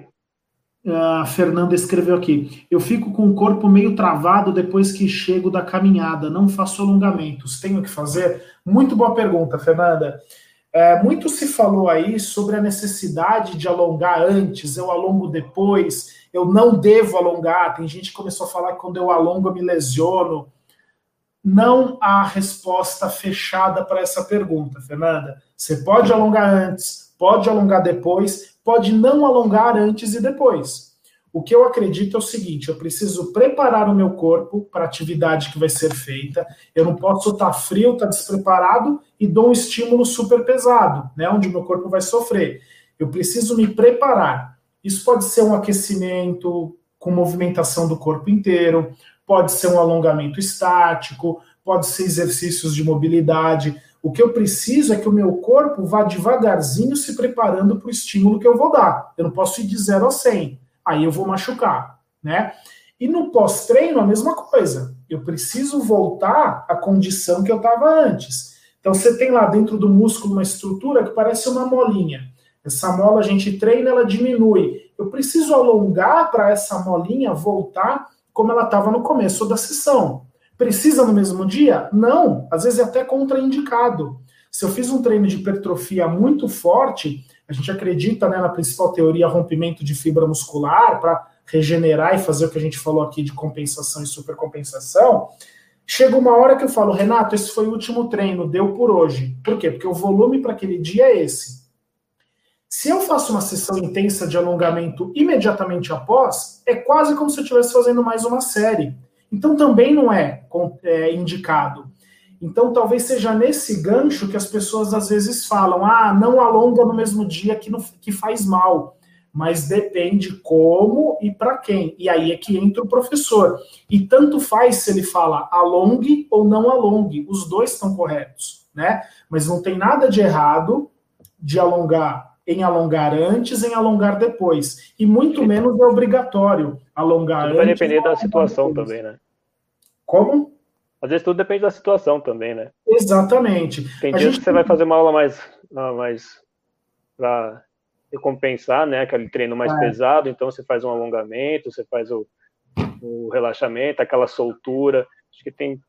A Fernanda escreveu aqui: eu fico com o corpo meio travado depois que chego da caminhada, não faço alongamentos, tenho que fazer? Muito boa pergunta, Fernanda. É, muito se falou aí sobre a necessidade de alongar antes, eu alongo depois, eu não devo alongar. Tem gente que começou a falar que quando eu alongo eu me lesiono. Não há resposta fechada para essa pergunta, Fernanda. Você pode alongar antes, pode alongar depois, pode não alongar antes e depois. O que eu acredito é o seguinte: eu preciso preparar o meu corpo para a atividade que vai ser feita. Eu não posso estar frio, estar despreparado e dou um estímulo super pesado, né, onde o meu corpo vai sofrer. Eu preciso me preparar. Isso pode ser um aquecimento com movimentação do corpo inteiro, pode ser um alongamento estático, pode ser exercícios de mobilidade. O que eu preciso é que o meu corpo vá devagarzinho se preparando para o estímulo que eu vou dar. Eu não posso ir de zero a cem. Aí eu vou machucar, né? E no pós-treino a mesma coisa. Eu preciso voltar à condição que eu estava antes. Então você tem lá dentro do músculo uma estrutura que parece uma molinha. Essa mola a gente treina, ela diminui. Eu preciso alongar para essa molinha voltar como ela estava no começo da sessão. Precisa no mesmo dia? Não. Às vezes é até contraindicado. Se eu fiz um treino de hipertrofia muito forte, a gente acredita, né, na principal teoria, rompimento de fibra muscular, para regenerar e fazer o que a gente falou aqui de compensação e supercompensação. Chega uma hora que eu falo: Renato, esse foi o último treino, deu por hoje. Por quê? Porque o volume para aquele dia é esse. Se eu faço uma sessão intensa de alongamento imediatamente após, é quase como se eu estivesse fazendo mais uma série. Então também não é, é indicado. Então talvez seja nesse gancho que as pessoas às vezes falam: ah, não alonga no mesmo dia que, não, que faz mal. Mas depende como e para quem. E aí é que entra o professor. E tanto faz se ele fala alongue ou não alongue. Os dois estão corretos, né? Mas não tem nada de errado de alongar em alongar antes, em alongar depois. E muito menos é obrigatório alongar tudo antes. Vai depender da situação depois. Também, né? Como? Às vezes tudo depende da situação também, né? Exatamente. Tem a dias gente... que você vai fazer uma aula mais, mais para recompensar, né? Aquele treino mais é. pesado, então você faz um alongamento, você faz o, o relaxamento, aquela soltura. Acho que tem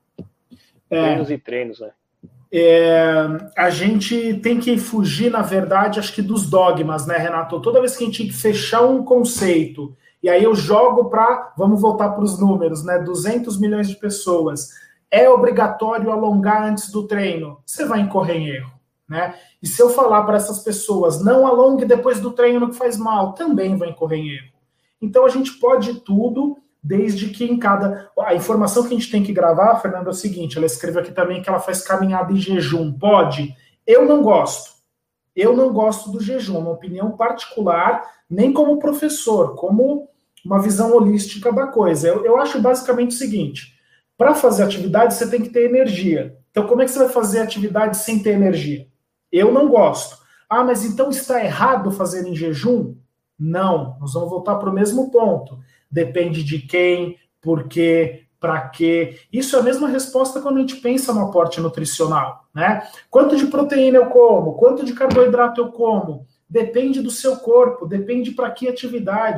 é. treinos e treinos, né? É, a gente tem que fugir, na verdade, acho que dos dogmas, né, Renato? Toda vez que a gente tem que fechar um conceito, e aí eu jogo para, vamos voltar para os números, né, duzentos milhões de pessoas, é obrigatório alongar antes do treino, você vai incorrer em erro, né? E se eu falar para essas pessoas, não alongue depois do treino que faz mal, também vai incorrer em erro. Então a gente pode tudo, desde que em cada... A informação que a gente tem que gravar, Fernanda, é o seguinte, ela escreveu aqui também que ela faz caminhada em jejum. Pode? Eu não gosto. Eu não gosto do jejum, uma opinião particular, nem como professor, como uma visão holística da coisa. Eu, eu acho basicamente o seguinte: para fazer atividade, você tem que ter energia. Então, como é que você vai fazer atividade sem ter energia? Eu não gosto. Ah, mas então está errado fazer em jejum? Não, nós vamos voltar para o mesmo ponto. Depende de quem, por quê, para quê. Isso é a mesma resposta quando a gente pensa no aporte nutricional, né? Quanto de proteína eu como? Quanto de carboidrato eu como? Depende do seu corpo, depende para que atividade.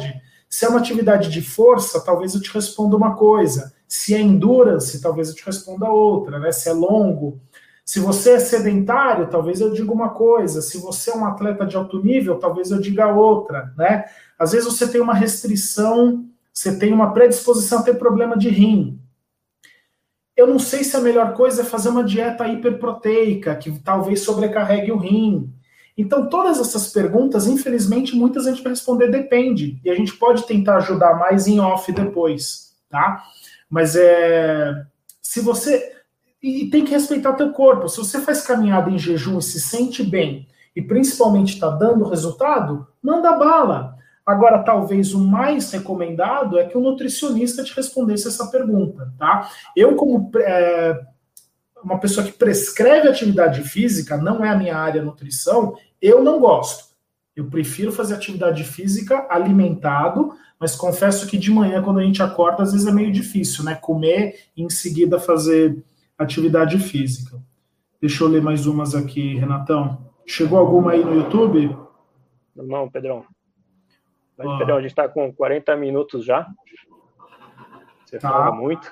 Se é uma atividade de força, talvez eu te responda uma coisa. Se é endurance, talvez eu te responda outra, né? Se é longo. Se você é sedentário, talvez eu diga uma coisa. Se você é um atleta de alto nível, talvez eu diga outra, né? Às vezes você tem uma restrição, você tem uma predisposição a ter problema de rim. Eu não sei se a melhor coisa é fazer uma dieta hiperproteica, que talvez sobrecarregue o rim. Então, todas essas perguntas, infelizmente, muitas a gente vai responder depende. E a gente pode tentar ajudar mais em off depois, tá? Mas é... Se você... E tem que respeitar teu corpo. Se você faz caminhada em jejum e se sente bem, e principalmente está dando resultado, manda bala. Agora, talvez o mais recomendado é que o nutricionista te respondesse essa pergunta, tá? Eu, como é, uma pessoa que prescreve atividade física, não é a minha área nutrição, eu não gosto. Eu prefiro fazer atividade física alimentado, mas confesso que de manhã, quando a gente acorda, às vezes é meio difícil, né? Comer e em seguida fazer atividade física. Deixa eu ler mais umas aqui, Renatão. Chegou alguma aí no YouTube? Não, Pedrão. Mas, Pedrão, a gente está com quarenta minutos já. Você tá. Fala muito.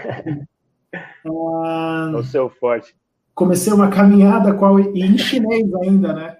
Ah, o seu forte. Comecei uma caminhada qual e em chinês ainda, né?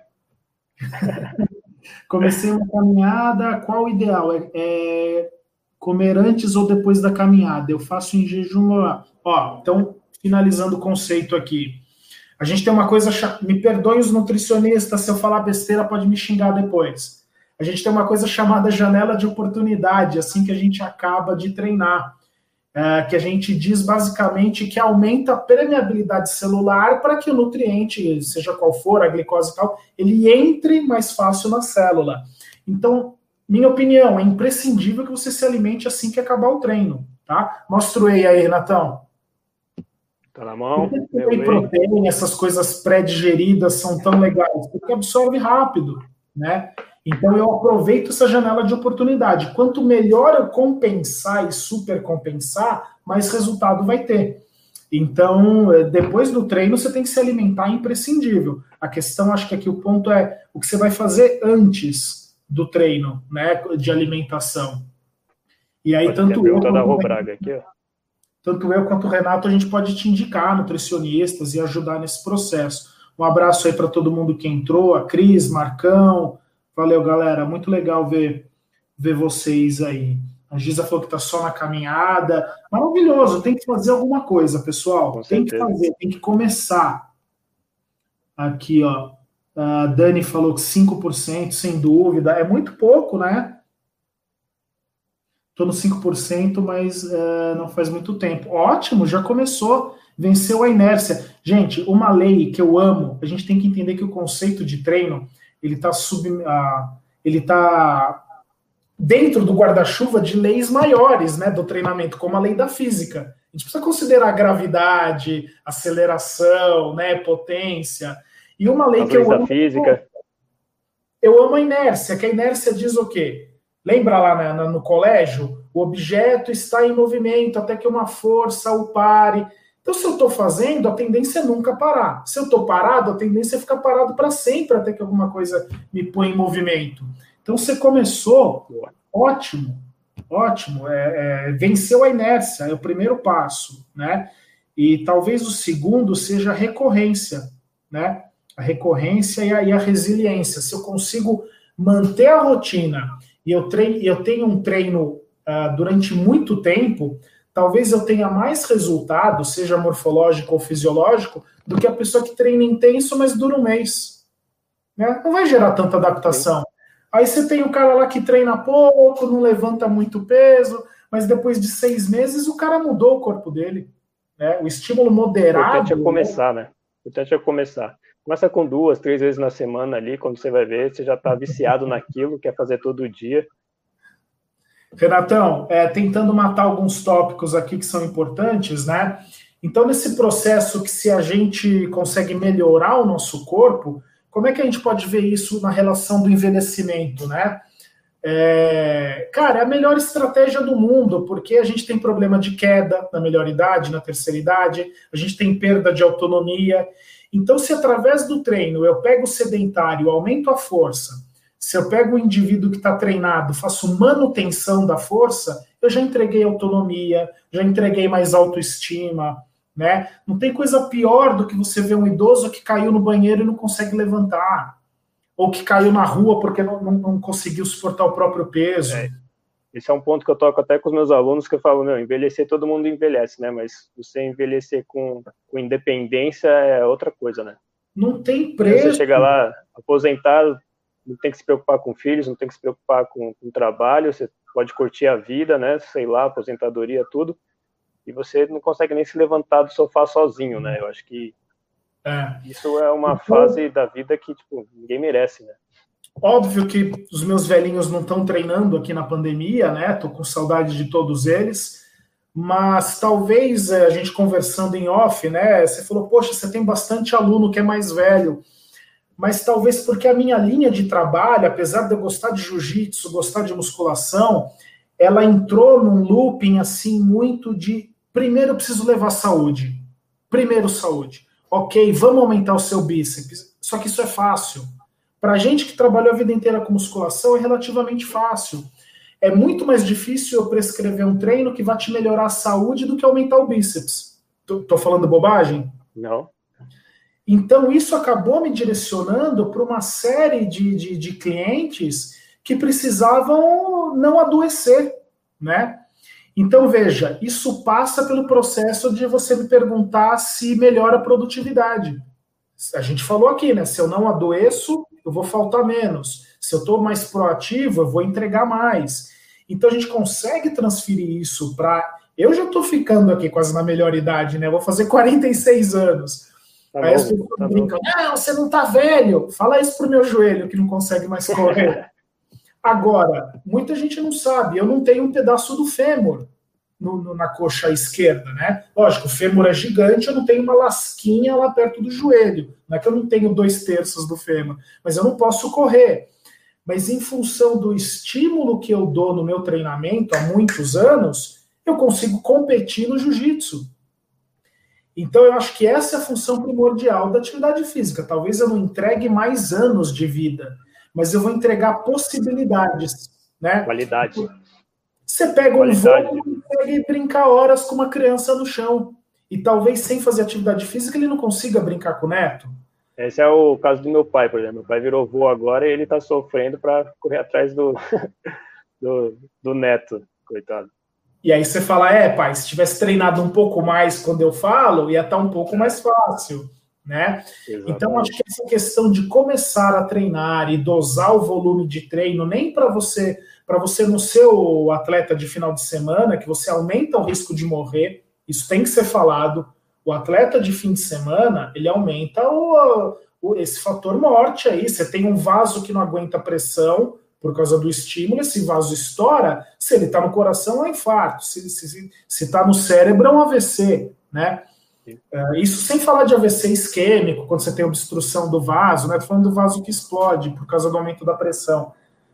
Comecei uma caminhada, qual o ideal? É, é comer antes ou depois da caminhada? Eu faço em jejum. Ó, então, finalizando o conceito aqui. A gente tem uma coisa, me perdoem os nutricionistas, se eu falar besteira pode me xingar depois. A gente tem uma coisa chamada janela de oportunidade, assim que a gente acaba de treinar, é, que a gente diz basicamente que aumenta a permeabilidade celular para que o nutriente, seja qual for, a glicose e tal, ele entre mais fácil na célula. Então, minha opinião, é imprescindível que você se alimente assim que acabar o treino, tá? Mostra o whey aí, Renatão. Tá na mão. Whey proteína, essas coisas pré-digeridas são tão legais, porque absorve rápido, né? Então, eu aproveito essa janela de oportunidade. Quanto melhor eu compensar e supercompensar, mais resultado vai ter. Então, depois do treino, você tem que se alimentar, é imprescindível. A questão, acho que aqui o ponto é o que você vai fazer antes do treino, né, de alimentação. E aí, tanto eu, da Robraga aqui, ó. tanto eu quanto o Renato, a gente pode te indicar nutricionistas e ajudar nesse processo. Um abraço aí para todo mundo que entrou, a Cris, Marcão. Valeu, galera. Muito legal ver, ver vocês aí. A Giza falou que tá só na caminhada. Maravilhoso. Tem que fazer alguma coisa, pessoal. Com tem certeza. que fazer, tem que começar. Aqui, ó. A Dani falou que cinco por cento, sem dúvida. É muito pouco, né? Tô no cinco por cento, mas uh, não faz muito tempo. Ótimo, já começou. Venceu a inércia. Gente, uma lei que eu amo, a gente tem que entender que o conceito de treino ele está sub, uh, ele tá dentro do guarda-chuva de leis maiores, né, do treinamento, como a lei da física. A gente precisa considerar gravidade, aceleração, né, potência. E uma lei As que eu amo... física. Eu amo a inércia, que a inércia diz o quê? Lembra lá na, na, no colégio? O objeto está em movimento até que uma força o pare. Então, se eu estou fazendo, a tendência é nunca parar. Se eu estou parado, a tendência é ficar parado para sempre até que alguma coisa me põe em movimento. Então, você começou, ótimo, ótimo. É, é, venceu a inércia, é o primeiro passo, né? E talvez o segundo seja a recorrência, né? A recorrência e a, e a resiliência. Se eu consigo manter a rotina e eu, treino, eu tenho um treino uh, durante muito tempo, talvez eu tenha mais resultado, seja morfológico ou fisiológico, do que a pessoa que treina intenso, mas dura um mês. Né? Não vai gerar tanta adaptação. Aí você tem o cara lá que treina pouco, não levanta muito peso, mas depois de seis meses o cara mudou o corpo dele. Né? O estímulo moderado... O importante é começar, né? O importante é começar. Começa com duas, três vezes na semana ali, quando você vai ver, você já está viciado naquilo, quer fazer todo dia. Renatão, é, tentando matar alguns tópicos aqui que são importantes, né? Então, nesse processo que se a gente consegue melhorar o nosso corpo, como é que a gente pode ver isso na relação do envelhecimento, né? É, cara, é a melhor estratégia do mundo, porque a gente tem problema de queda na melhor idade, na terceira idade, a gente tem perda de autonomia. Então, se através do treino eu pego o sedentário, aumento a força, Se eu pego um indivíduo que está treinado, faço manutenção da força, eu já entreguei autonomia, já entreguei mais autoestima, né? Não tem coisa pior do que você ver um idoso que caiu no banheiro e não consegue levantar, ou que caiu na rua porque não, não, não conseguiu suportar o próprio peso. É, esse é um ponto que eu toco até com os meus alunos, que eu falo, meu, envelhecer todo mundo envelhece, né? Mas você envelhecer com, com independência é outra coisa, né? Não tem preço. Você chega lá, aposentado, não tem que se preocupar com filhos, não tem que se preocupar com, com trabalho, você pode curtir a vida, né? Sei lá, aposentadoria, tudo. E você não consegue nem se levantar do sofá sozinho, né? Eu acho que é. isso é uma então, fase da vida que, tipo, ninguém merece, né? Óbvio que os meus velhinhos não estão treinando aqui na pandemia, né? Tô com saudade de todos eles, mas talvez a gente conversando em off, né? Você falou, poxa, você tem bastante aluno que é mais velho, mas talvez porque a minha linha de trabalho, apesar de eu gostar de jiu-jitsu, gostar de musculação, ela entrou num looping assim muito de primeiro eu preciso levar saúde, primeiro saúde, ok, vamos aumentar o seu bíceps, só que isso é fácil. Para a gente que trabalhou a vida inteira com musculação é relativamente fácil. É muito mais difícil eu prescrever um treino que vai te melhorar a saúde do que aumentar o bíceps. Tô, tô falando bobagem? Não. Então, isso acabou me direcionando para uma série de, de, de clientes que precisavam não adoecer, né? Então, veja, isso passa pelo processo de você me perguntar se melhora a produtividade. A gente falou aqui, né? Se eu não adoeço, eu vou faltar menos. Se eu estou mais proativo, eu vou entregar mais. Então, a gente consegue transferir isso para... Eu já estou ficando aqui quase na melhor idade, né? Eu vou fazer quarenta e seis anos. Tá Aí bom, as pessoas tá brincam, não, você não tá velho. Fala isso pro meu joelho, que não consegue mais correr. Agora, muita gente não sabe, eu não tenho um pedaço do fêmur no, no, na coxa esquerda, né? Lógico, o fêmur é gigante, eu não tenho uma lasquinha lá perto do joelho. Não é que eu não tenho dois terços do fêmur, mas eu não posso correr. Mas em função do estímulo que eu dou no meu treinamento há muitos anos, eu consigo competir no jiu-jitsu. Então, eu acho que essa é a função primordial da atividade física. Talvez eu não entregue mais anos de vida, mas eu vou entregar possibilidades, né? Qualidade. Você pega Qualidade. um voo e consegue brincar horas com uma criança no chão. E talvez sem fazer atividade física ele não consiga brincar com o neto. Esse é o caso do meu pai, por exemplo. Meu pai virou vô agora e ele está sofrendo para correr atrás do, do, do neto, coitado. E aí você fala, é, pai, se tivesse treinado um pouco mais quando eu falo, ia estar um pouco mais fácil, né? Exatamente. Então, acho que essa questão de começar a treinar e dosar o volume de treino, nem para você, para você não ser o atleta de final de semana, que você aumenta o risco de morrer, isso tem que ser falado. O atleta de fim de semana, ele aumenta o, o, esse fator morte aí. Você tem um vaso que não aguenta pressão, por causa do estímulo, esse vaso estoura, se ele está no coração é um infarto, se está se, se tá no cérebro é um A V C, né? Uh, isso sem falar de A V C isquêmico, quando você tem obstrução do vaso, né? Estou falando do vaso que explode por causa do aumento da pressão.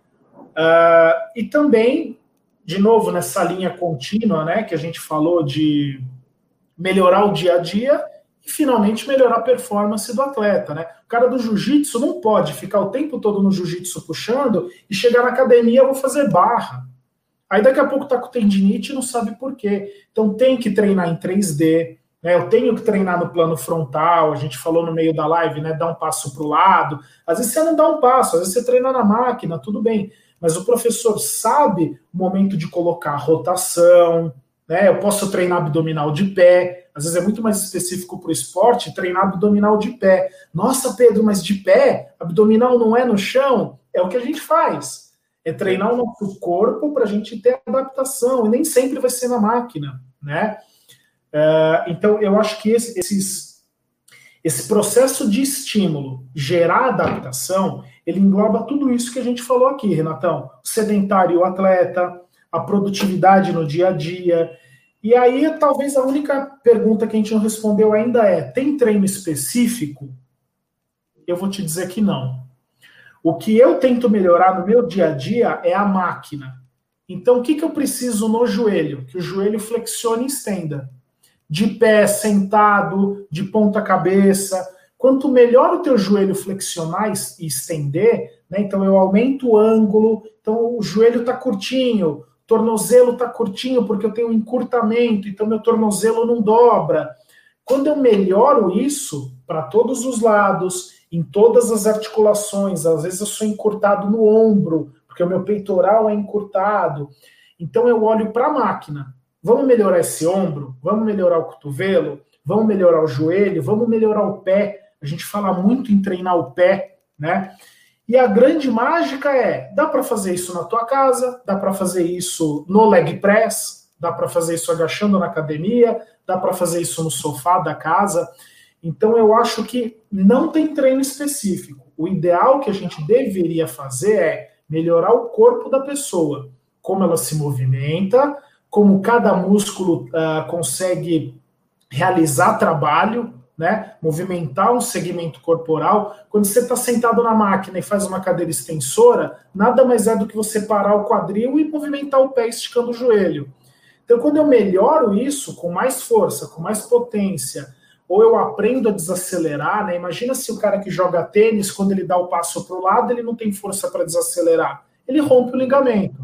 Uh, e também, de novo, nessa linha contínua, né, que a gente falou de melhorar o dia a dia e finalmente melhorar a performance do atleta, né? O cara do jiu-jitsu não pode ficar o tempo todo no jiu-jitsu puxando e chegar na academia, eu vou fazer barra. Aí daqui a pouco tá com tendinite e não sabe por quê. Então tem que treinar em três D, né? Eu tenho que treinar no plano frontal, a gente falou no meio da live, né? Dar um passo para o lado. Às vezes você não dá um passo, às vezes você treina na máquina, tudo bem. Mas o professor sabe o momento de colocar rotação, né? Eu posso treinar abdominal de pé. Às vezes é muito mais específico para o esporte treinar abdominal de pé. Nossa, Pedro, mas de pé? Abdominal não é no chão? É o que a gente faz. É treinar o nosso corpo para a gente ter adaptação. E nem sempre vai ser na máquina, né? Uh, então, eu acho que esse, esses, esse processo de estímulo, gerar adaptação, ele engloba tudo isso que a gente falou aqui, Renatão. O sedentário, o atleta, a produtividade no dia a dia. E aí, talvez a única pergunta que a gente não respondeu ainda é, tem treino específico? Eu vou te dizer que não. O que eu tento melhorar no meu dia a dia é a máquina. Então, o que, que eu preciso no joelho? Que o joelho flexione e estenda. De pé, sentado, de ponta cabeça. Quanto melhor o teu joelho flexionar e estender, né, então eu aumento o ângulo, então o joelho está curtinho, o tornozelo está curtinho porque eu tenho um encurtamento, então meu tornozelo não dobra. Quando eu melhoro isso para todos os lados, em todas as articulações, às vezes eu sou encurtado no ombro, porque o meu peitoral é encurtado, então eu olho para a máquina. Vamos melhorar esse ombro? Vamos melhorar o cotovelo? Vamos melhorar o joelho? Vamos melhorar o pé? A gente fala muito em treinar o pé, né? E a grande mágica é, dá para fazer isso na tua casa, dá para fazer isso no leg press, dá para fazer isso agachando na academia, dá para fazer isso no sofá da casa. Então eu acho que não tem treino específico. O ideal que a gente deveria fazer é melhorar o corpo da pessoa, como ela se movimenta, como cada músculo uh, consegue realizar trabalho, né? Movimentar um segmento corporal. Quando você está sentado na máquina e faz uma cadeira extensora, nada mais é do que você parar o quadril e movimentar o pé esticando o joelho. Então, quando eu melhoro isso com mais força, com mais potência, ou eu aprendo a desacelerar, né? Imagina se o cara que joga tênis, quando ele dá o passo para o lado, ele não tem força para desacelerar. Ele rompe o ligamento.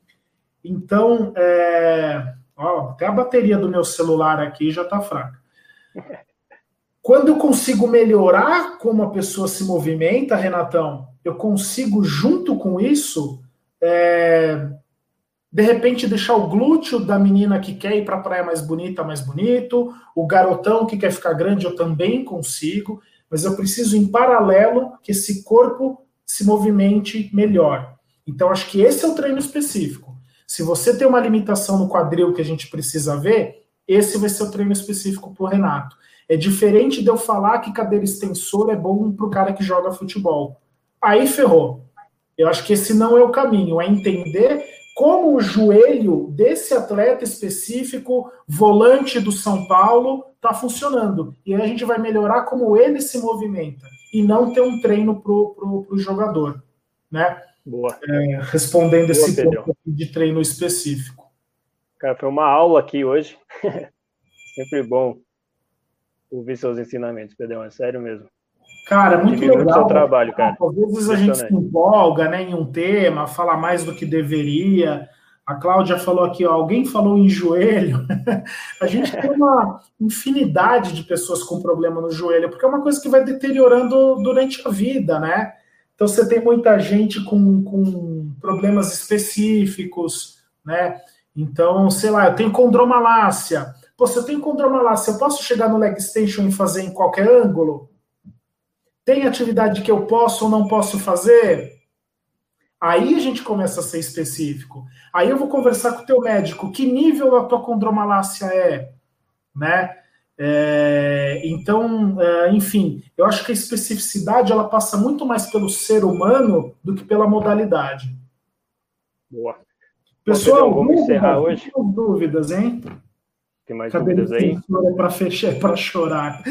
Então, é... Ó, até a bateria do meu celular aqui já está fraca. Quando eu consigo melhorar como a pessoa se movimenta, Renatão, eu consigo, junto com isso, é... de repente deixar o glúteo da menina que quer ir para a praia mais bonita, mais bonito, o garotão que quer ficar grande, eu também consigo, mas eu preciso, em paralelo, que esse corpo se movimente melhor. Então, acho que esse é o treino específico. Se você tem uma limitação no quadril que a gente precisa ver, esse vai ser o treino específico para o Renato. É diferente de eu falar que cadeira extensora é bom para o cara que joga futebol. Aí ferrou. Eu acho que esse não é o caminho, é entender como o joelho desse atleta específico, volante do São Paulo, está funcionando. E aí a gente vai melhorar como ele se movimenta, e não ter um treino para o jogador. Né? Boa. É, respondendo Boa, esse Pedro. ponto de treino específico. Cara, foi uma aula aqui hoje. Sempre bom ouvir seus ensinamentos, Pedrão, é sério mesmo. Cara, muito Admiro legal. Muito seu trabalho, cara. Às vezes a gente se empolga, né, em um tema, fala mais do que deveria. A Cláudia falou aqui, ó, alguém falou em joelho. A gente tem uma infinidade de pessoas com problema no joelho, porque é uma coisa que vai deteriorando durante a vida, né? Então você tem muita gente com, com problemas específicos, né? Então, sei lá, eu tenho condromalácia. Pô, se eu tenho condromalácia, eu posso chegar no leg extension e fazer em qualquer ângulo? Tem atividade que eu posso ou não posso fazer? Aí a gente começa a ser específico. Aí eu vou conversar com o teu médico. Que nível a tua condromalácia é? Né? É, então, é, enfim, eu acho que a especificidade ela passa muito mais pelo ser humano do que pela modalidade. Boa. Pessoal, Bom, Pedro, vamos encerrar hoje. Tem dúvidas, hein? Tem mais Cadê dúvidas aí? É para fechar, é para chorar.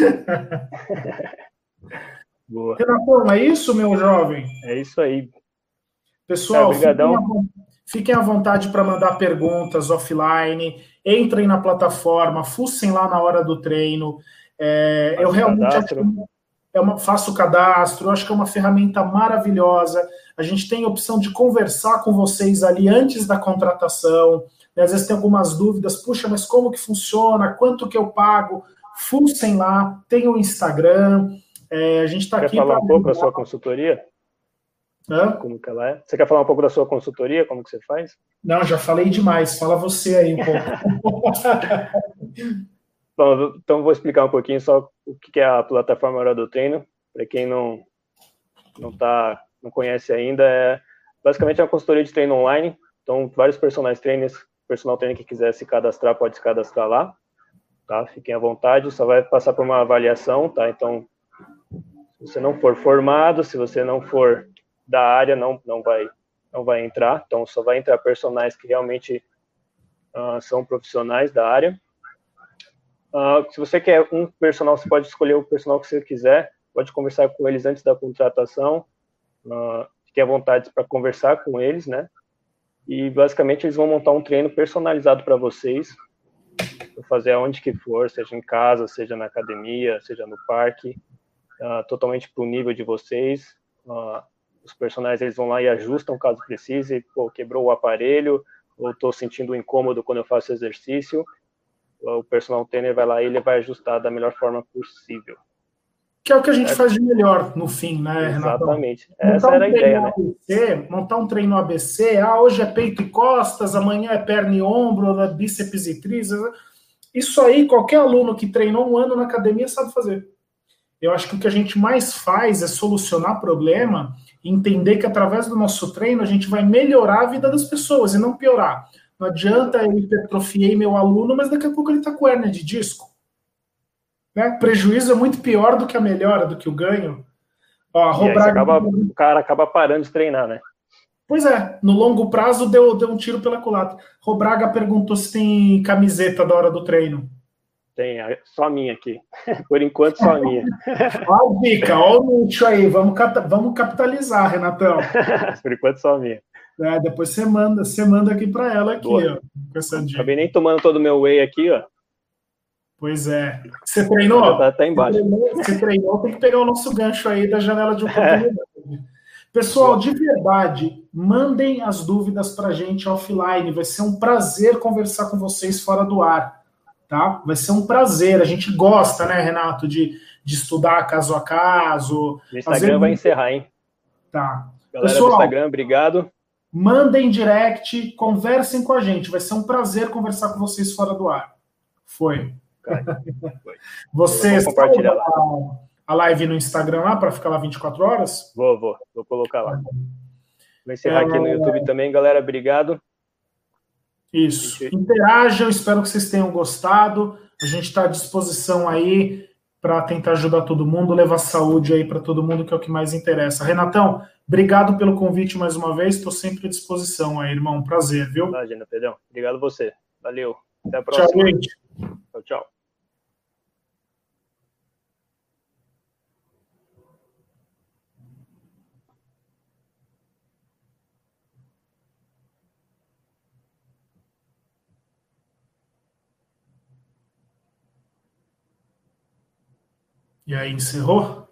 Boa. Renatão, é isso, meu jovem? É isso aí. Pessoal, Cara, fiquem, à, fiquem à vontade para mandar perguntas offline, entrem na plataforma, fuçem lá na hora do treino. É, eu realmente acho que é uma, faço o cadastro, eu acho que é uma ferramenta maravilhosa. A gente tem a opção de conversar com vocês ali antes da contratação. Né? Às vezes tem algumas dúvidas, puxa, mas como que funciona? Quanto que eu pago? Fuçem lá, tem o Instagram. É, a gente está aqui. Quer falar um pouco da sua consultoria? Hã? Como que ela é? Você quer falar um pouco da sua consultoria? Como que você faz? Não, já falei demais. Fala você aí um pouco. Bom, então vou explicar um pouquinho só o que é a plataforma Hora do Treino. Para quem não não tá, não conhece ainda, é basicamente uma consultoria de treino online. Então, vários personal trainers, personal trainer que quiser se cadastrar pode se cadastrar lá, tá? Fiquem à vontade. Só vai passar por uma avaliação, tá? Então, se você não for formado, se você não for da área, não, não, vai, não vai entrar. Então, só vai entrar personagens que realmente uh, são profissionais da área. Uh, se você quer um personal, você pode escolher o personal que você quiser. Pode conversar com eles antes da contratação. Uh, fique à vontade para conversar com eles, né? E, basicamente, eles vão montar um treino personalizado para vocês. Para fazer aonde que for, seja em casa, seja na academia, seja no parque. uh, totalmente para o nível de vocês. Uh, os personagens eles vão lá e ajustam caso precise. Pô, quebrou o aparelho, ou estou sentindo um incômodo quando eu faço exercício. O personal trainer vai lá e ele vai ajustar da melhor forma possível. Que é o que a gente faz de melhor no fim, né, Renatão? Exatamente. Montar Essa um era a ideia, né? A B C, montar um treino A B C, ah, hoje é peito e costas, amanhã é perna e ombro, é bíceps e tríceps. Isso aí, qualquer aluno que treinou um ano na academia sabe fazer. Eu acho que o que a gente mais faz é solucionar problema e entender que através do nosso treino a gente vai melhorar a vida das pessoas e não piorar. Não adianta eu hipertrofiei meu aluno, mas daqui a pouco ele está com hérnia de disco. Né? Prejuízo é muito pior do que a melhora, do que o ganho. Ó, e aí acaba, o cara acaba parando de treinar, né? Pois é, no longo prazo deu, deu um tiro pela culatra. Robraga perguntou se tem camiseta da hora do treino. Tem, só a minha aqui. Por enquanto, só a minha. Ó a dica, ó o nicho aí. Vamos, vamos capitalizar, Renatão. Por enquanto, só a minha. É, depois você manda, você manda aqui para ela aqui, ó, com essa dica. Acabei nem tomando todo o meu whey aqui, ó. Pois é. Você treinou? Tá, tá embaixo. Você treinou, você treinou, tem que pegar o nosso gancho aí da janela de oportunidade. Pessoal, de verdade, mandem as dúvidas para a gente offline. Vai ser um prazer conversar com vocês fora do ar. Tá? Vai ser um prazer. A gente gosta, né, Renato, de, de estudar caso a caso. O Instagram fazer... vai encerrar, hein? Tá. Galera Pessoal, do Instagram, obrigado. Mandem direct, conversem com a gente. Vai ser um prazer conversar com vocês fora do ar. Foi. Foi. Você compartilhar lá a live no Instagram lá para ficar lá vinte e quatro horas? Vou, vou. Vou colocar lá. Vou encerrar é... aqui no YouTube também, galera. Obrigado. Isso. Gente... Interajam, espero que vocês tenham gostado. A gente está à disposição aí para tentar ajudar todo mundo, levar saúde aí para todo mundo, que é o que mais interessa. Renatão, obrigado pelo convite mais uma vez. Estou sempre à disposição aí, irmão. Prazer, viu? Imagina, Pedrão. Obrigado a você. Valeu. Até a próxima. Tchau, gente. Tchau, tchau. E aí, encerrou?